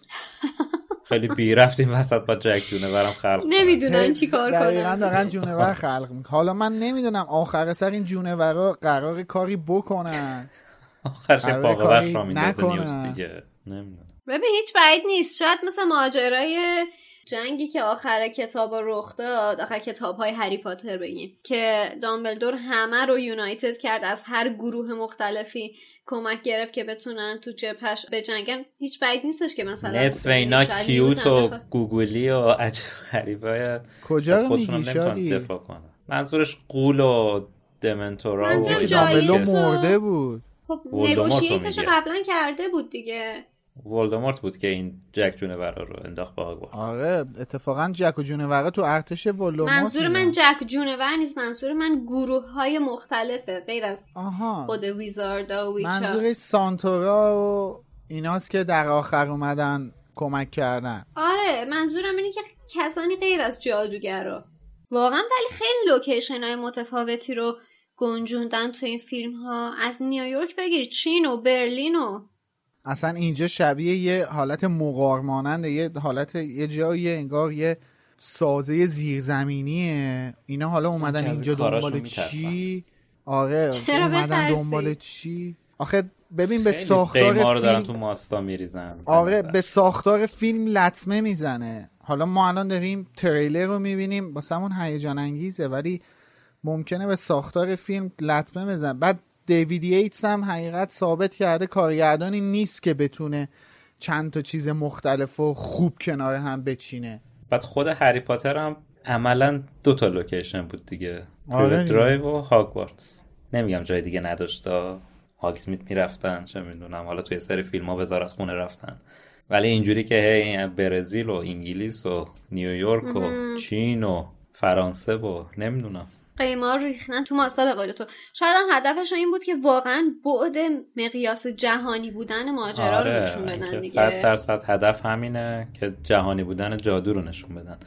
خیلی بی رفتیم وسط با جک جونورم خلق کنن. نمیدونن چی کار کنن. دقیقاً دارن جونور خلق میکنن. حالا من نمیدونم آخر سر این جونورا قرار کاری بکنن آخرش باقوش را میندازه نیوز دیگه. نمیدونم. ببین هیچ بعید نیست، شاید مثل ماجرای جنگی که آخر کتاب رخ داد، آخر کتاب‌های هری پاتر بگیم که دامبلدور همه رو یونایتد کرد، از هر گروه مختلفی کمک گرفت که بتونن تو جبهش بجنگن. هیچ بعید نیستش که مثلا نصف اینا کیوت و گوگلی و عجب غریبای کجا رو میگی شادی دفاع کنن. منظورش قول و دمنتورا و دامبلدور مرده بود. خب نگوشیتش قبلا کرده بود دیگه. ولدمورت بود که این جک جونورا رو انداخت با هاگوارتس. آره اتفاقا جک و جونورا تو ارتش ولدمورت. منظور من جک جونور نیست، منظور من گروه های مختلفه غیر از آها. خود ویزاردا و ویچا. منظورش سانتورا و ایناست که در آخر اومدن کمک کردن. آره منظورم اینه که کسانی غیر از جادوگرا. واقعا ولی خیلی لوکیشن های متفاوتی رو گنجوندن تو این فیلم ها، از نیویورک بگیر چین و برلین و اصلا اینجا شبیه یه حالت مغار ماننده، یه حالت یه جایی انگار یه سازه زیرزمینیه. اینا حالا اومدن اینجا دنبال چی؟ آره اومدن دنبال چی؟ آخه ببین به ساختار فیلم رو دارن فیلم تو ماستا میریزن. آره به ساختار فیلم لطمه میزنه. حالا ما الان داریم تریلر رو میبینیم واسمون هیجان انگیزه ولی ممکنه به ساختار فیلم لطمه بزنه. بعد دیوید ییتس هم حقیقت ثابت کرده کارگردانی نیست که بتونه چند تا چیز مختلف و خوب کنار هم بچینه. بعد خود هری پاتر هم عملا دو تا لوکیشن بود دیگه، آره پریوت درایو و هاگوارتس. نمیگم جای دیگه نداشته، هاگسمیت میرفتن چه میدونم، حالا توی سری فیلم ها وزارت خونه رفتن، ولی اینجوری که هی برزیل و انگلیس و نیویورک و چین و فرانسه و نمیدونم قیمار ریختن تو ماستا. به قول تو شاید هم هدفش این بود که واقعا بعد مقیاس جهانی بودن ماجرا آره، رو نشون بدن دیگه. صد درصد هدف همینه که جهانی بودن جادو رو نشون بدن.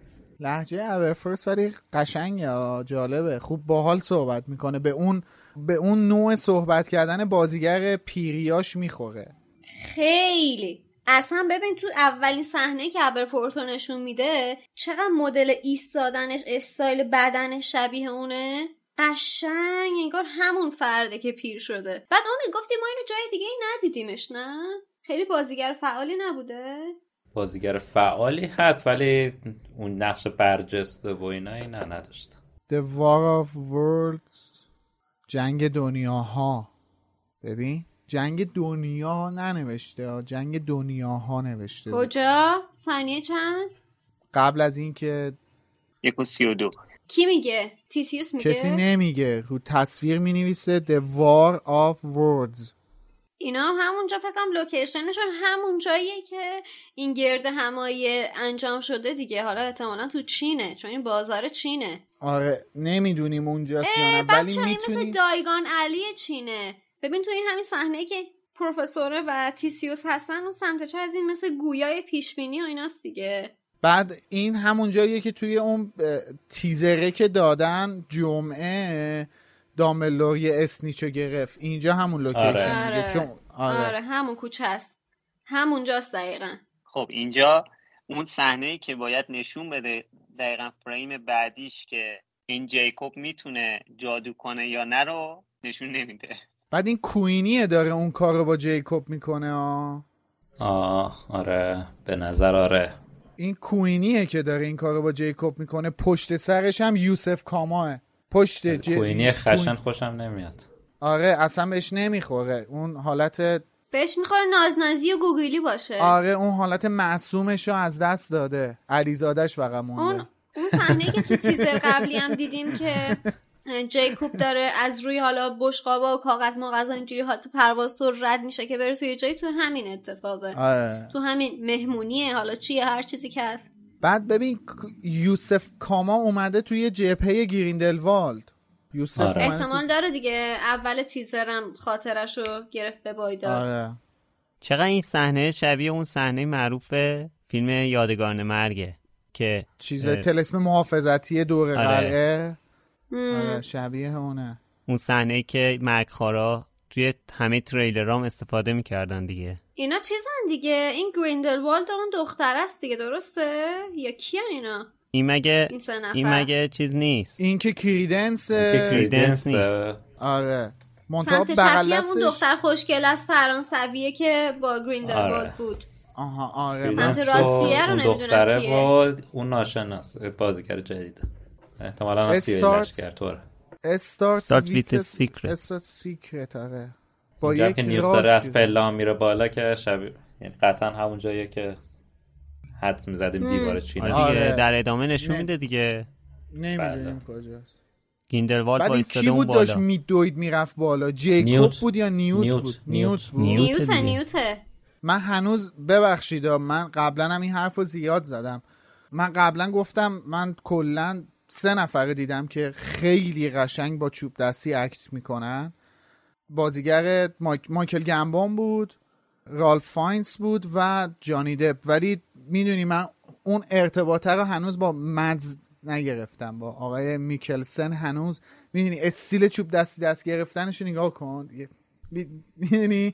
لهجه ابرفورس ولی قشنگه، جالبه، خوب باحال صحبت میکنه، به اون به اون نوع صحبت کردن بازیگر پیریاش میخوره خیلی. اصلا ببین تو اولین صحنه که ابرفورت رو نشون میده چقدر مدل ایستادنش، استایل بدنش شبیه اونه، قشنگ انگار همون فرده که پیر شده. بعد اون گفتی ما اینو جای دیگه ندیدیمش، نه؟ خیلی بازیگر فعالی نبوده؟ بازیگر فعالی هست ولی اون نقش برجسته و اینا اینا نداشته. The War of Worlds، جنگ دنیاها. ببین جنگ دنیا ننوشته، جنگ دنیاها نوشته. کجا؟ ثانیه چند؟ قبل از این که یک و سی و دو. کی میگه؟ تیسیوس میگه؟ کسی نمیگه، رو تصویر مینویسه The War of Worlds. اینا همونجا فکرم لوکیشنشون همون جاییه که این گرد همایی انجام شده دیگه. حالا احتمالاً تو چینه چون این بازار چینه. آره نمیدونیم اونجاست یا نه ولی میتونی مثل دایگان علی چینه. ببین تو این همین صحنه که پروفسوره و تیسیوس هستن و سمت چه از این مثل گویای پیشبینی و ایناست دیگه. بعد این همون جاییه که توی اون تیزره که دادن جمعه دامبلدور یه اسنیچو گرفت، اینجا همون لوکیشن آره. دیگه. چون آره. آره همون کوچه است، همونجاست دقیقاً. خب اینجا اون صحنه‌ای که باید نشون بده دقیقاً فریم بعدیش که این جیکوب میتونه جادو کنه یا نه رو نشون نمیده. بعد این کوینیه داره اون کار رو با جیکوب میکنه. آه آه آره به نظر آره این کوینیه که داره این کار رو با جیکوب میکنه. پشت سرش هم یوسف کاماه. پشت ج... کوینی خشن خوشم نمیاد. آره اصلا بهش نمیخوره اون حالت، بهش میخوره نازنازی و گوگلی باشه. آره اون حالت معصومش رو از دست داده. علیزادش فقط مونده. اون اون صحنه که تو تیزر قبلی هم دیدیم که جیکوب داره از روی حالا بشقابا و کاغذ ماغذ اینجوری حالت پرواز تو رد میشه که بره توی جایی، تو همین اتفاقه. آه. تو همین مهمونیه، حالا چیه هر چیزی که هست. بعد ببین یوسف کاما اومده توی جبهه گریندلوالد. یوسف آره. احتمال داره دیگه اول تیزرم خاطرشو گرفت به بایدار. آره. چقدر این صحنه شبیه اون صحنه معروف فیلم یادگاران مرگه که چیز طلسم محافظتی دور آره. قلعه. آره شبیه اونه. اون صحنه‌ای که مرگخوارا توی همه تریلرام استفاده میکردن دیگه. اینا چیزن دیگه، این گریندلوالد اون دختر است دیگه، درسته؟ یا کیان اینا؟ این مگه این, این مگه چیز نیست؟ این که کریدنس این که کریدنس نیست. آره سمت چپی هم اون دختر خوشگل از فرانسویه که با گریندلوالد آره. بود. آها آره سمت راستیه رو نمیدونم کیه. بود اون ناشناس بازیگر جدیده، احتمالاً از سیریلشگر طوره. استارت ویت سیکرت. استارت سیکرت آره. با یک که نیوت داره از پلا میره بالا که شبیه، یعنی قطعا همون جاییه که حد میزدیم دیوار چینه آره. دیگه در ادامه نشون میده دیگه نمیدونیم کجاست. گریندلوالد با ایستاده اون بالا. بعد کی بود داشت میدوید میرفت بالا؟ جیکوب بود یا نیوت, نیوت بود؟ نیوت بود. نیوت نیوته. من هنوز ببخشید من قبلا هم این حرفو زیاد زدم. من قبلا گفتم من کلا سه نفره دیدم که خیلی قشنگ با چوب دستی اکت میکنن. بازیگر مایک... مایکل گمبون بود، رالف فاینز بود و جانی دپ. ولی میدونی من اون ارتباطه رو هنوز با مدز نگرفتم، با آقای میکلسن هنوز. میدونی استیل چوب دستی دست گرفتنشو نگاه کن. میدونی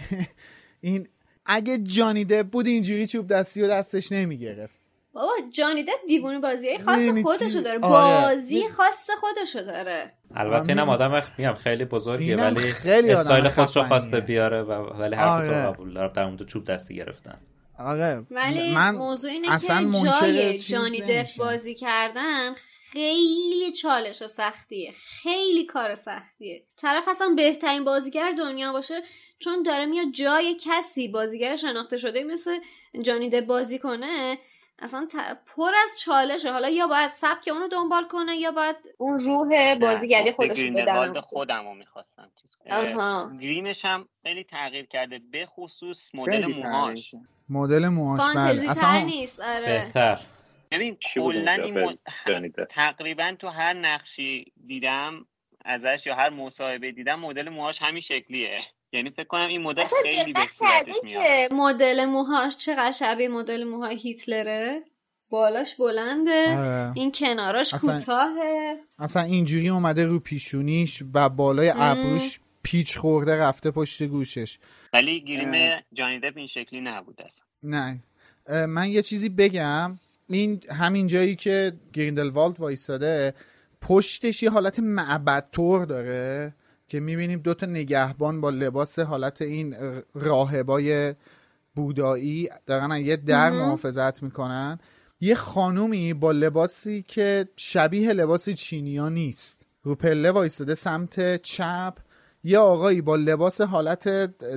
این اگه جانی دپ بود اینجوری چوب دستی و دستش نمیگرفت. بابا جانی دپ دیوونه بازیای خاص خودشو داره. بازی خاص خودشو داره. البته اینم آدم میگم خیلی بزرگیه ولی استایل خودشو خواسته بیاره و ولی حرف تو قبول داره در مورد چوب دستی گرفتن. آره ولی من موضوع اینه که جای جانی دپ بازی کردن خیلی چالش سختیه، خیلی کار سختیه. طرف اصلا بهترین بازیگر دنیا باشه چون داره میاد جای کسی بازیگر شناخته شده مثل جانی دپ بازی کنه، اصلا پر از چالشه. حالا یا باید سبک اونو دنبال کنه یا باید اون روح بازیگری خودش رو بدن. خودمو میخواستم چیز کنم. گریمش هم خیلی تغییر کرده، به خصوص مدل موهاش. مدل موهاش فانتزی تر نیست. آره بهتر. ببین کلا این مد... تقریبا تو هر نقشی دیدم ازش یا هر مصاحبه دیدم مدل موهاش همین شکلیه. یعنی فکر کنم این مدل خیلی بهتره که مدل موهاش چقدر شبیه مدل موهای هیتلره. بالاش بلنده آه. این کناراش کوتاهه. اصلا اینجوری اومده رو پیشونیش و بالای ابروش پیچ خورده رفته پشت گوشش. ولی گریم جانی دپ این شکلی نبود اصلا. نه من یه چیزی بگم، این همین جایی که گریندلوالد وایساده پشتش یه حالت معبد طور داره که میبینیم دوتا نگهبان با لباس حالت این راهبای بودایی دارن یه در محافظت میکنن. یه خانومی با لباسی که شبیه لباس چینیا نیست رو پله وایستاده سمت چپ. یه آقایی با لباس حالت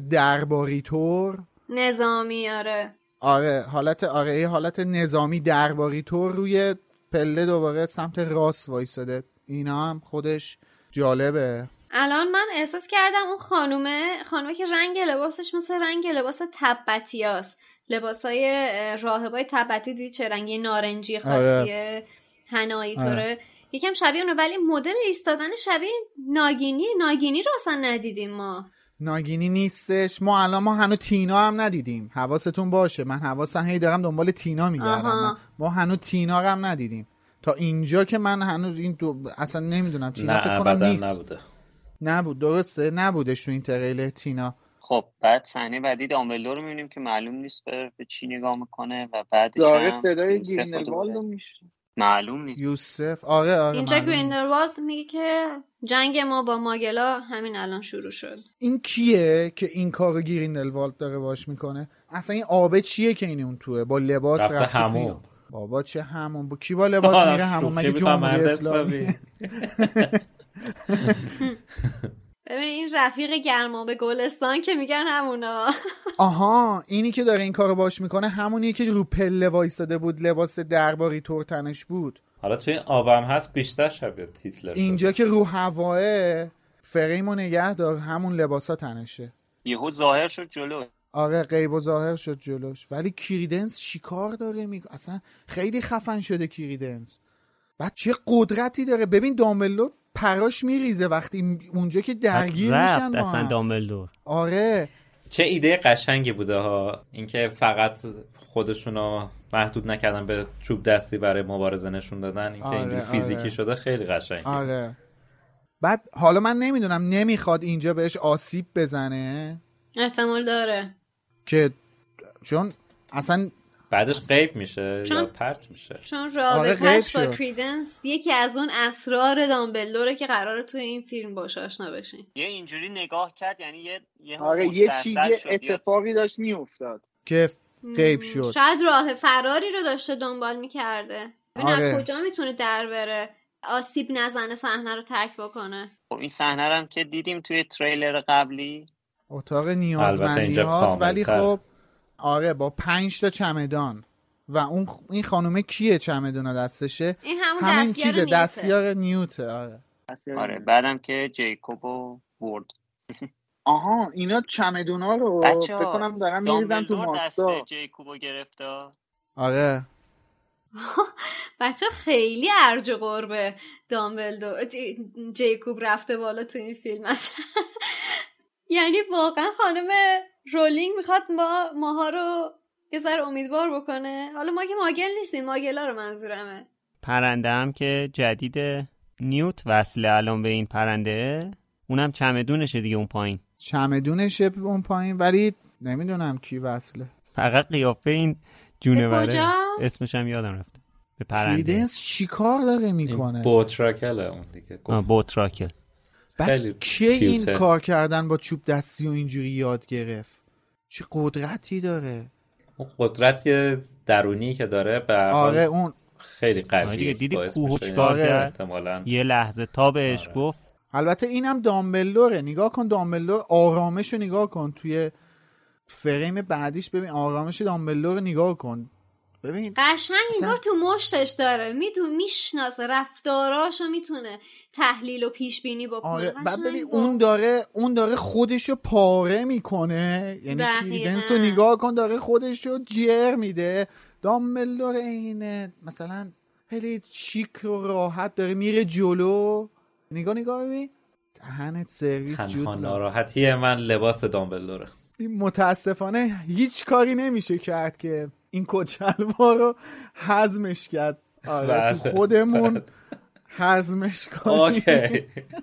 درباری طور نظامی آره آره حالت آره حالت نظامی درباری طور روی پله دوباره سمت راست وایستاده. اینا هم خودش جالبه. الان من احساس کردم اون خانومه خانومه که رنگ لباسش مثل رنگ لباس تبتیاست. لباسای راهبای تبتی دیدی چه رنگی؟ نارنجی خاصیه. حنایی طوره. یکم شبیه اونه ولی مدل ایستادن شبیه ناگینی. ناگینی رو اصلا ندیدیم ما. ناگینی نیستش. ما الان ما هنوز تینا هم ندیدیم. حواستون باشه من حواسم هی دارم دنبال تینا میگردم. ما هنوز تینا هم ندیدیم تا اینجا که من هنوز این دو... اصلا نمیدونم تینا فکر کنم نیست. نبوده. نبود درسته نبودش تو این تریلر تینا. خب بعد صحنه بعدی دامبلدور رو میبینیم که معلوم نیست به چی نگاه میکنه و بعدش داره صدای گریندلوالد رو میشه. معلوم نیست. یوسف آره آره اینجا گریندلوالد میگه که جنگ ما با ماگلا همین الان شروع شد. این کیه که این کارو گریندلوالد داره باش میکنه؟ اصلا این آبه چیه که این اون توه با لباس رفته رفته همون؟ بابا چه همون؟ با کی با لباس میره همون؟ مگه جمهوری اسلامی؟ ببین این رفیق گرما به گلستان که میگن همونا. آها اینی که داره این کارو باش میکنه همونیه که رو پله وایستاده بود لباس درباری طور تنش بود. حالا توی این آبم هست بیشتر شبیه تیتلر. اینجا که رو هواه فریمو نگه دار همون لباسا تنشه. یهو ظاهر شد جلو. آره غیب و ظاهر شد جلوش. ولی کریدنس چیکار داره میکنه؟ اصلا خیلی خفن شده کریدنس. بعد چه قدرتی داره. ببین دامبلدور پراش میریزه وقتی اونجا که درگیر میشن با اصلا دامبلدور. آره چه ایده قشنگی بوده ها، اینکه فقط خودشونو محدود نکردن به چوب دستی برای مبارزه نشون دادن، اینکه آره، اینجوری فیزیکی آره. شده خیلی قشنگه. آره بعد حالا من نمیدونم نمیخواد اینجا بهش آسیب بزنه، احتمال داره که چون اصلا بعدش غیب میشه چون... یا پرت میشه. چون رابطه‌اش با کریدنس یکی از اون اسرار دامبلدوره که قراره توی این فیلم باش آشنا بشین. یه اینجوری نگاه کرد یعنی یه یه آره یه چیزی اتفاقی داشت میافتاد که غیب شد. شاید راه فراری رو داشته دنبال میکرده. ببین آره. کجا میتونه در بره آسیب نزنه صحنه رو ترک بکنه. خب این صحنه رو هم که دیدیم توی تریلر قبلی اتاق نیازمندی هاست، ولی خب آره با پنج تا چمدان و اون این خانومه کیه چمدونا دستشه؟ این همون همین دستیار چیزه نیوته. دستیار نیوته. آره آره بعدم که جیکوبو برد. آها اینا چمدونا رو فکر کنم دارن میریزن تو ماستا. جیکوبو گرفته. آره بچه خیلی ارج و قربه دامبلدور جیکوب رفته بالا تو این فیلم اصلا. یعنی واقعا خانم رولینگ میخواد ما ماها رو یه ذره امیدوار بکنه. حالا ما که ماگل نیستیم، ماگلا رو منظورمه. پرنده هم که جدید نیوت وصله الان به این پرنده، اونم چمدونشه دیگه اون پایین. چمدونشه اون پایین ولی نمیدونم کی وصله. فقط قیافه این جونوره اسمش هم یادم رفته. به پرنده. کریدنس چی کار داره میکنه؟ بوتراکل اون دیگه. بوتراکل. بعد کی این کار کردن با چوب دستی و اینجوری یاد گرفت؟ چه قدرتی داره؟ اون قدرتی درونی که داره به آره اون خیلی قویه. دیدی کوهش کار احتمالاً یه لحظه تا بهش آره. گفت. البته اینم دامبلدوره. نگاه کن دامبلدور آرامش رو نگاه کن توی فریم بعدیش. ببین آرامش دامبلدور رو نگاه کن. ببین قشنگ انگار تو مشتش داره، میدونه میشناسه رفتاراشو، میتونه تحلیل و پیش بینی بکنه. آره بعد ببین اون داره اون داره خودشو پاره میکنه، یعنی کریدنس رو نگاه کن داره خودشو جر میده. دامبلدور اینه مثلا خیلی چیک و راحت داره میره جلو. نگاه نگاه ببین دهنت سرویس جود. تنها ناراحتی من لباس دامبلدوره. این متاسفانه هیچ کاری نمیشه کرد که این کچلوار رو هضمش کرد. آره تو خودمون هضمش کنیم. اوکی.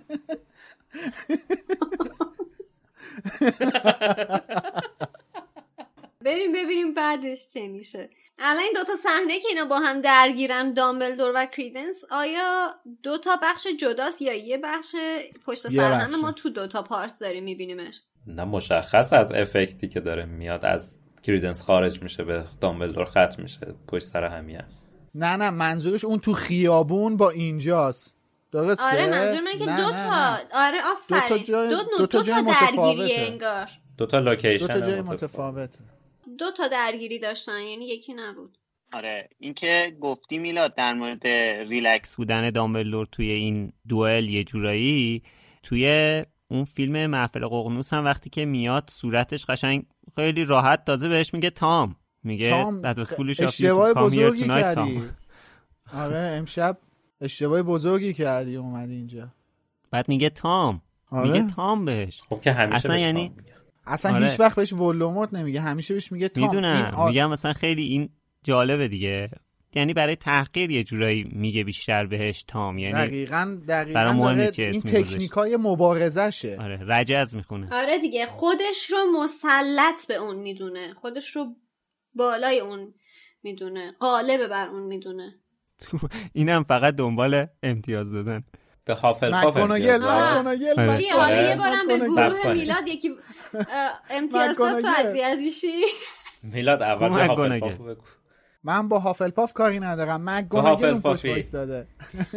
بریم ببینیم بعدش چه میشه. الان این دوتا صحنه که اینا با هم درگیرن دامبلدور و کریدنس، آیا دوتا بخش جداست یا یه بخش پشت سر هم ما تو دوتا پارت داریم میبینیمش؟ نه مشخص از افکتی که داره میاد از کریدنس خارج میشه به دامبلدور ختم میشه پشت سر همیه. نه نه منظورش اون تو خیابون با اینجاست. درسته؟ آره منظور من که دو تا آره آفرین دو تا دو, دو, دو تا درگیری انگار. دو تا لوکیشن دو تا جای متفاوت. دو تا درگیری داشتن یعنی یکی نبود. آره این که گفتی میلاد در مورد ریلکس بودن دامبلدور توی این دوئل یه جورایی توی اون فیلم محفل ققنوس هم وقتی که میاد صورتش قشنگ خیلی راحت تازه بهش میگه تام، میگه that was foolish of you اشتباه to come here بزرگی tonight کردی. تام. آره امشب اشتباه بزرگی کردی اومدی اینجا. بعد میگه تام. آره؟ میگه تام بهش. خب که همیشه اصلا یعنی اصلا آره. هیچ وقت بهش ولوموت نمیگه، همیشه بهش میگه تام. میدونم آ... میگم مثلا خیلی این جالبه دیگه، یعنی برای تحقیر یه جورایی میگه بیشتر بهش تام، یعنی دقیقاً دقیقاً داره این تکنیکای مبارزشه. آره رجز میخونه. آره دیگه خودش رو مسلط به اون میدونه، خودش رو بالای اون میدونه، غالب بر اون میدونه. اینم فقط دنبال امتیاز دادن. به هافلپاف امتیاز دادن. چی حالا یه بارم به گروه میلاد یکی امتیاز داد تو اذیت میشی. میلاد اول به هافلپاف بگو. من با هافلپاف کاری ندارم. مک‌گوناگل اون پشت وایساده.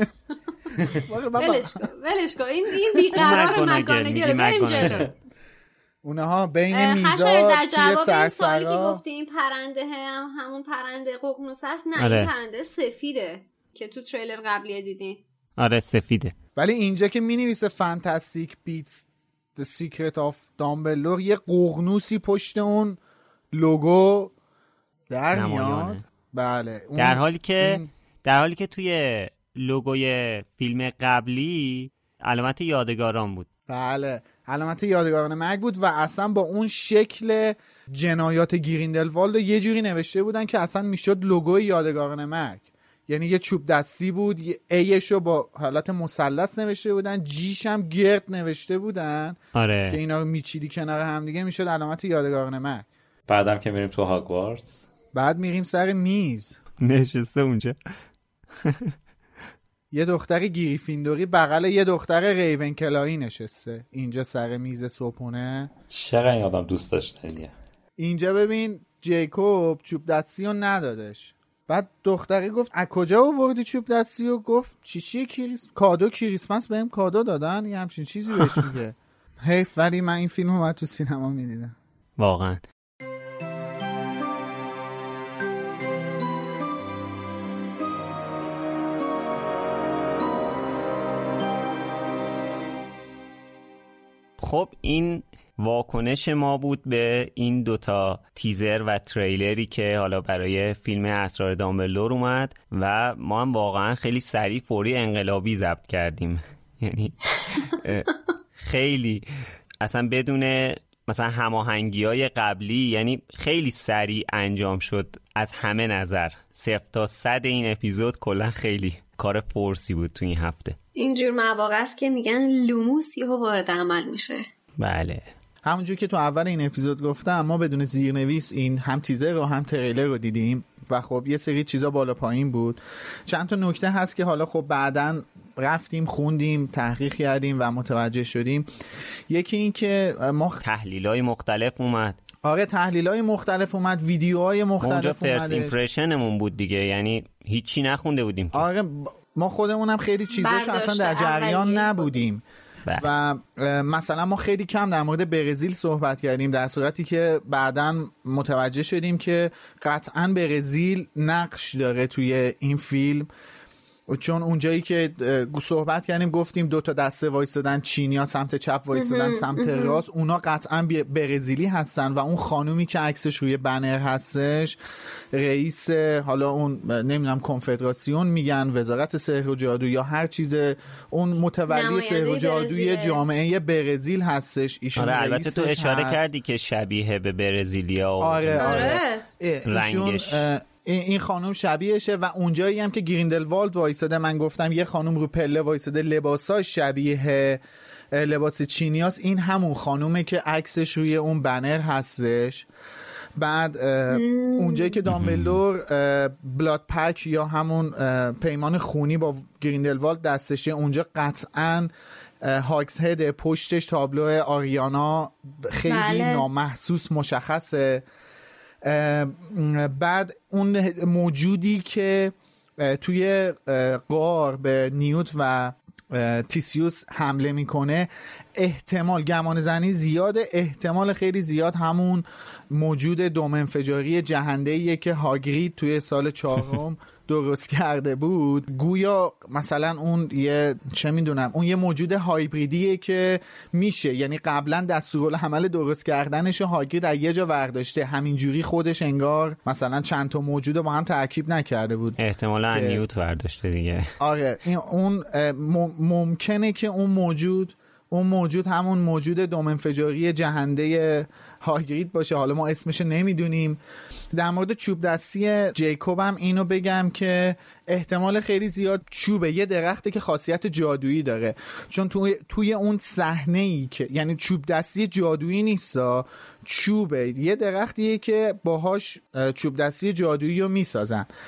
ولش کن ولش کن این این بیقرار مک‌گوناگل بریم جلو. اونها بین میزا توی سرسرا که گفتی این پرنده هم همون پرنده ققنوس است. نه آره. این پرنده سفیده که تو تریلر قبلی دیدین. آره سفیده. ولی اینجا که مینویسه فانتاستیک بیتس The Secret of Dumbledore یه ققنوسی پشت اون لوگو در میاد. بله در حالی که این... در حالی که توی لوگوی فیلم قبلی علامت یادگاران بود. بله علامت یادگاران مرگ بود و اصلا با اون شکل جنایات گریندلوالد یه جوری نوشته بودن که اصلا میشد لوگوی یادگاران مرگ. یعنی یه چوب دستی بود، یه ایشو با حالت مثلث نوشته بودن، جیش هم گرد نوشته بودن. آره. که اینا رو میچیدی کنار هم دیگه میشد علامت یادگاران مرگ. بعدم که میریم تو هاگوارتس، بعد میریم سر میز نشسته اونجا یه دختر گریفیندوری بغل یه دختر ریونکلایی نشسته اینجا سر میز صبحونه. چقدر این آدم دوست داشته. اینجا ببین جیکوب چوب دستی رو ندادش. بعد دختری گفت از کجا آوردی چوب دستی و گفت چی چی کریس کادو کریسمس بهم کادو دادن یه همچین چیزی بهش میگه. حیف ولی من این فیلم رو بعد تو سینما میدیدم واقعا. خب این واکنش ما بود به این دوتا تیزر و تریلری که حالا برای فیلم اسرار دامبلدور اومد و ما هم واقعا خیلی سریع فوری انقلابی ضبط کردیم. یعنی خیلی اصلا بدون مثلا هماهنگی‌های قبلی، یعنی خیلی سریع انجام شد از همه نظر. صفر تا صد این اپیزود کلا خیلی کار فورسی بود تو این هفته. اینجور مواقع است که میگن لوموس یهو وارد عمل میشه. بله همونجور که تو اول این اپیزود گفتم ما بدون زیرنویس این هم تیزر و هم تریلر رو دیدیم و خب یه سری چیزا بالا پایین بود. چند تا نکته هست که حالا خب بعدن رفتیم خوندیم تحقیق کردیم و متوجه شدیم. یکی این که ما تحلیل‌های مختلف اومد. آره تحلیل‌های مختلف اومد، ویدیوهای مختلف اومد. اونجا فرست ایمپرشنمون بود دیگه، یعنی هیچی نخونده بودیم. آره ما خودمون هم خیلی چیزاشو اصلا در جریان نبودیم. بله. و مثلا ما خیلی کم در مورد برزیل صحبت کردیم در صورتی که بعداً متوجه شدیم که قطعاً برزیل نقش داره توی این فیلم، چون اونجایی که صحبت کردیم گفتیم دو تا دسته وایسادن، چینیا سمت چپ وایسادن سمت راست، اونا قطعاً برزیلی هستن و اون خانومی که عکسش روی بنر هستش رئیس حالا اون نمیدونم کنفدراسیون میگن، وزارت سحر و جادو یا هر چیز، اون متولی سحر و جادوی جامعه برزیل هستش ایشون. آره البته تو اشاره هست. کردی که شبیه به برزیلیا و آره آره, آره. رنگش این خانم شبیهشه و اونجایی هم که گریندلوالد وایساده من گفتم یه خانم رو پله وایساده لباساش شبیه لباس چینیاست، این همون خانومه که عکسش روی اون بنر هستش. بعد اونجایی که دامبلدور بلاد پک یا همون پیمان خونی با گریندلوالد دستشه، اونجا قطعاً هاکس هد پشتش تابلو آریانا خیلی بله. نامحسوس مشخصه. بعد اون موجودی که توی غار به نیوت و تیسیوس حمله میکنه احتمال گمان زنی زیاده، احتمال خیلی زیاد همون موجود دوم انفجاری جهنده‌ایه که هاگرید توی سال چهارم درست کرده بود. گویا مثلا اون یه چه میدونم اون یه موجود هایبریدیه که میشه، یعنی قبلا دستورالعمل درست کردنش هاگرید از یه جا ورداشته، همینجوری خودش انگار مثلا چند تا موجود با هم ترکیب نکرده بود، احتمالاً نیوت ورداشته دیگه. آره این اون ممکنه که اون موجود اون موجود همون موجود دوم انفجاری جهنده هاگرید باشه، حالا ما اسمش نمیدونیم. در مورد چوب دستی جیکوب هم اینو بگم که احتمال خیلی زیاد چوبه، یه درخته که خاصیت جادویی داره، چون توی, توی اون صحنه‌ای که یعنی چوب دستی جادویی نیستا، چوبه، یه درختیه که باهاش چوب دستی جادویی رو میسازن.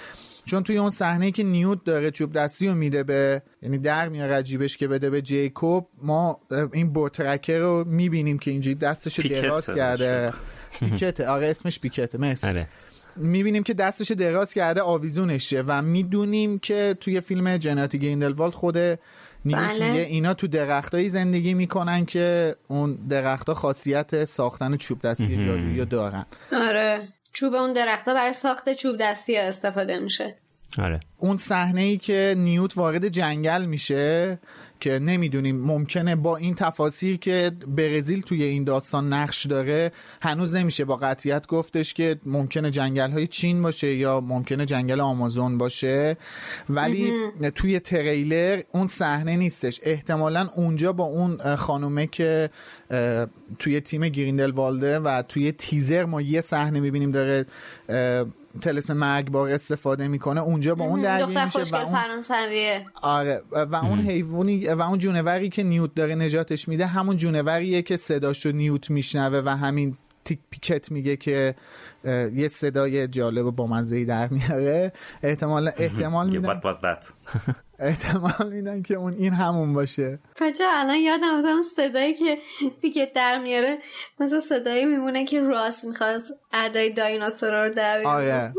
چون توی اون صحنه که نیوت داره چوب دستی رو میده به، یعنی در میاره جیبش که بده به جیکوب، ما این بوترکر رو میبینیم که اینجوری دستش دراز کرده. پیکته، آره اسمش پیکته، مرسی. آره. میبینیم که دستش دراز کرده آویزونشه و میدونیم که توی فیلم جناتی گریندلوالد خود نیوت بله. میگه اینا تو درختایی زندگی میکنن که اون درختها خاصیت ساختن چوب دستی جادویی دارن. آره چوب اون درختها برای ساخت چوب دستی استفاده میشه. آره اون صحنه ای که نیوت وارد جنگل میشه که نمیدونیم ممکنه با این تفاصیل که برزیل توی این داستان نقش داره هنوز نمیشه با قطعیت گفتش که ممکنه جنگل های چین باشه یا ممکنه جنگل آمازون باشه، ولی توی تریلر اون صحنه نیستش. احتمالاً اونجا با اون خانومه که توی تیم گریندلوالده و توی تیزر ما یه صحنه میبینیم داره طلسم مرگبار استفاده میکنه، اونجا با اون درگیر میشه و اون فرانسویه. آره و اون حیوانی و اون جونوری که نیوت داره نجاتش میده همون جونوریه که صداشو نیوت میشنوه و همین تیک پیکت میگه که یه صدای جالب و بامزه‌ای در میاره. احتمال احتمال میدن احتمال میدن که اون این همون باشه. بچه الان یادم اومد اون صدایی که پیکت در میاره مثلا صدایی میمونه که راس میخواد ادای دایناسورا رو در بیاره. آره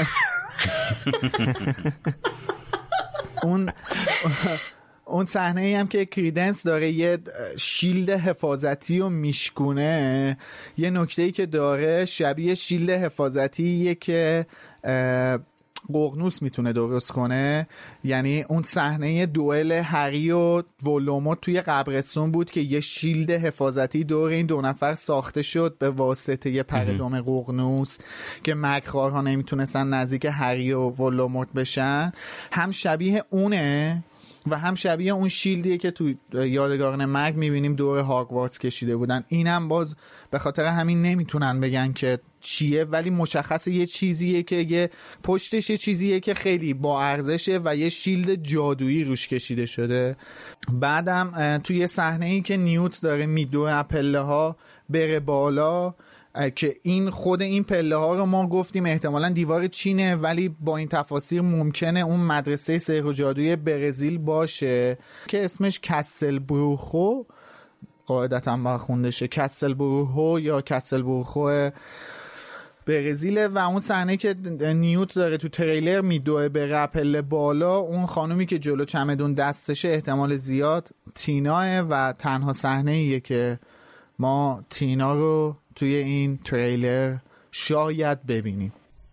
اون اون صحنه ای هم که کریدنس داره یه شیلد حفاظتی رو میشکونه، یه نکته‌ای که داره شبیه شیلد حفاظتیه که ققنوس میتونه درست کنه. یعنی اون صحنه دوئل هری و ولوموت توی قبرستون بود که یه شیلد حفاظتی دور این دو نفر ساخته شد به واسطه یه پره‌دم ققنوس که مکرارها نمیتونستن نزدیک هری و ولوموت بشن. هم شبیه اونه و هم شبیه اون شیلدیه که تو یادگاران مرگ میبینیم دور هاگوارتس کشیده بودن. اینم باز به خاطر همین نمیتونن بگن که چیه، ولی مشخصه یه چیزیه که یه پشتش یه چیزیه که خیلی با ارزشه و یه شیلد جادویی روش کشیده شده. بعدم توی صحنه ای که نیوت داره میدوه پله ها بره بالا که این خود این پله ها رو ما گفتیم احتمالاً دیوار چینه، ولی با این تفاصیل ممکنه اون مدرسه سحر و جادوی برزیل باشه که اسمش کسل بروخو قاعدتاً با خونده شه، کسل بروخو یا کسل بروخو برزیله. و اون صحنه که نیوت داره تو تریلر میدوه به پله بالا، اون خانومی که جلو چمدون دستشه احتمال زیاد تیناه و تنها صحنه ایه که ما تینا رو توی این تریلر شاید ببینیم.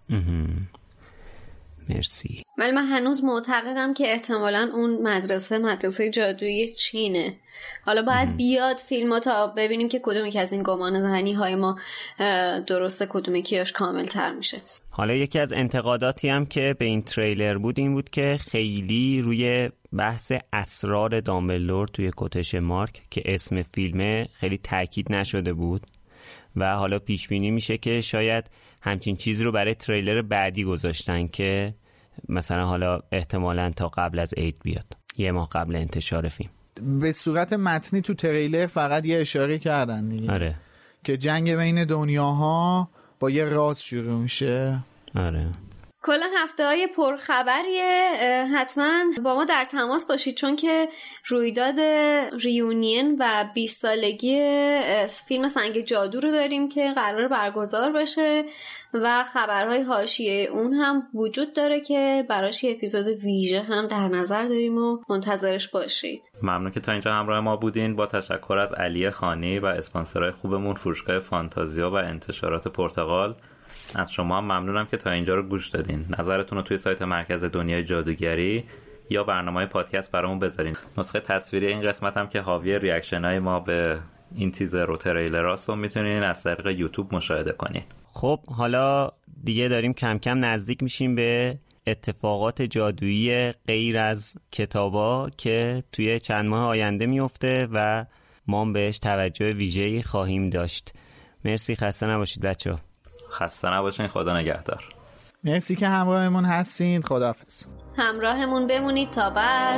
مرسی. ولی من هنوز معتقدم که احتمالاً اون مدرسه مدرسه جادویی چینه. حالا باید بیاد فیلم تا ببینیم که کدومی که از این گمان ذهنی های ما درسته، کدومی کیاش کامل تر میشه. حالا یکی از انتقاداتی هم که به این تریلر بود این بود که خیلی روی بحث اسرار دامبلدور توی کتش مارک که اسم فیلمه خیلی تاکید نشده بود و حالا پیش بینی میشه که شاید همچین چیزی رو برای تریلر بعدی گذاشتن که مثلا حالا احتمالاً تا قبل از عید بیاد، یه ماه قبل انتشار فیلم. به صورت متنی تو تریلر فقط یه اشاره کردن دیگه. آره. که جنگ بین دنیاها با یه راز شروع میشه. آره. کل هفته های پرخبریه، حتما با ما در تماس باشید چون که رویداد ریونین و بیست سالگی فیلم سنگ جادو رو داریم که قرار برگزار بشه و خبرهای حاشیه اون هم وجود داره که براش یه اپیزود ویژه هم در نظر داریم و منتظرش باشید. ممنون که تا اینجا همراه ما بودین. با تشکر از علی خانی و اسپانسرهای خوبمون فروشگاه فانتازیا و انتشارات پرتغال. از شما هم ممنونم که تا اینجا رو گوش دادین. نظرتون رو توی سایت مرکز دنیای جادوگری یا برنامه پادکست برامون بذارین. نسخه تصویری این قسمت هم که حاوی ریاکشن‌های ما به این تیزر و تریلراست رو میتونین از طریق یوتیوب مشاهده کنین. خب حالا دیگه داریم کم کم نزدیک میشیم به اتفاقات جادویی غیر از کتابا که توی چند ماه آینده میفته و ما بهش توجه ویژه‌ای خواهیم داشت. مرسی، خسته نباشید بچه‌ها. خسته نباشین، خدا نگهدار. مرسی که همراهمون هستین. خداحافظ. همراهمون بمونید تا بعد.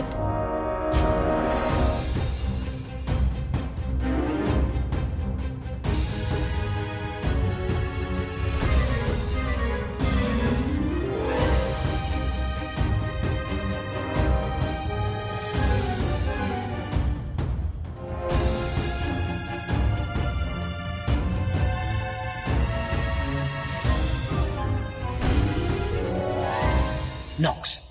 Knox.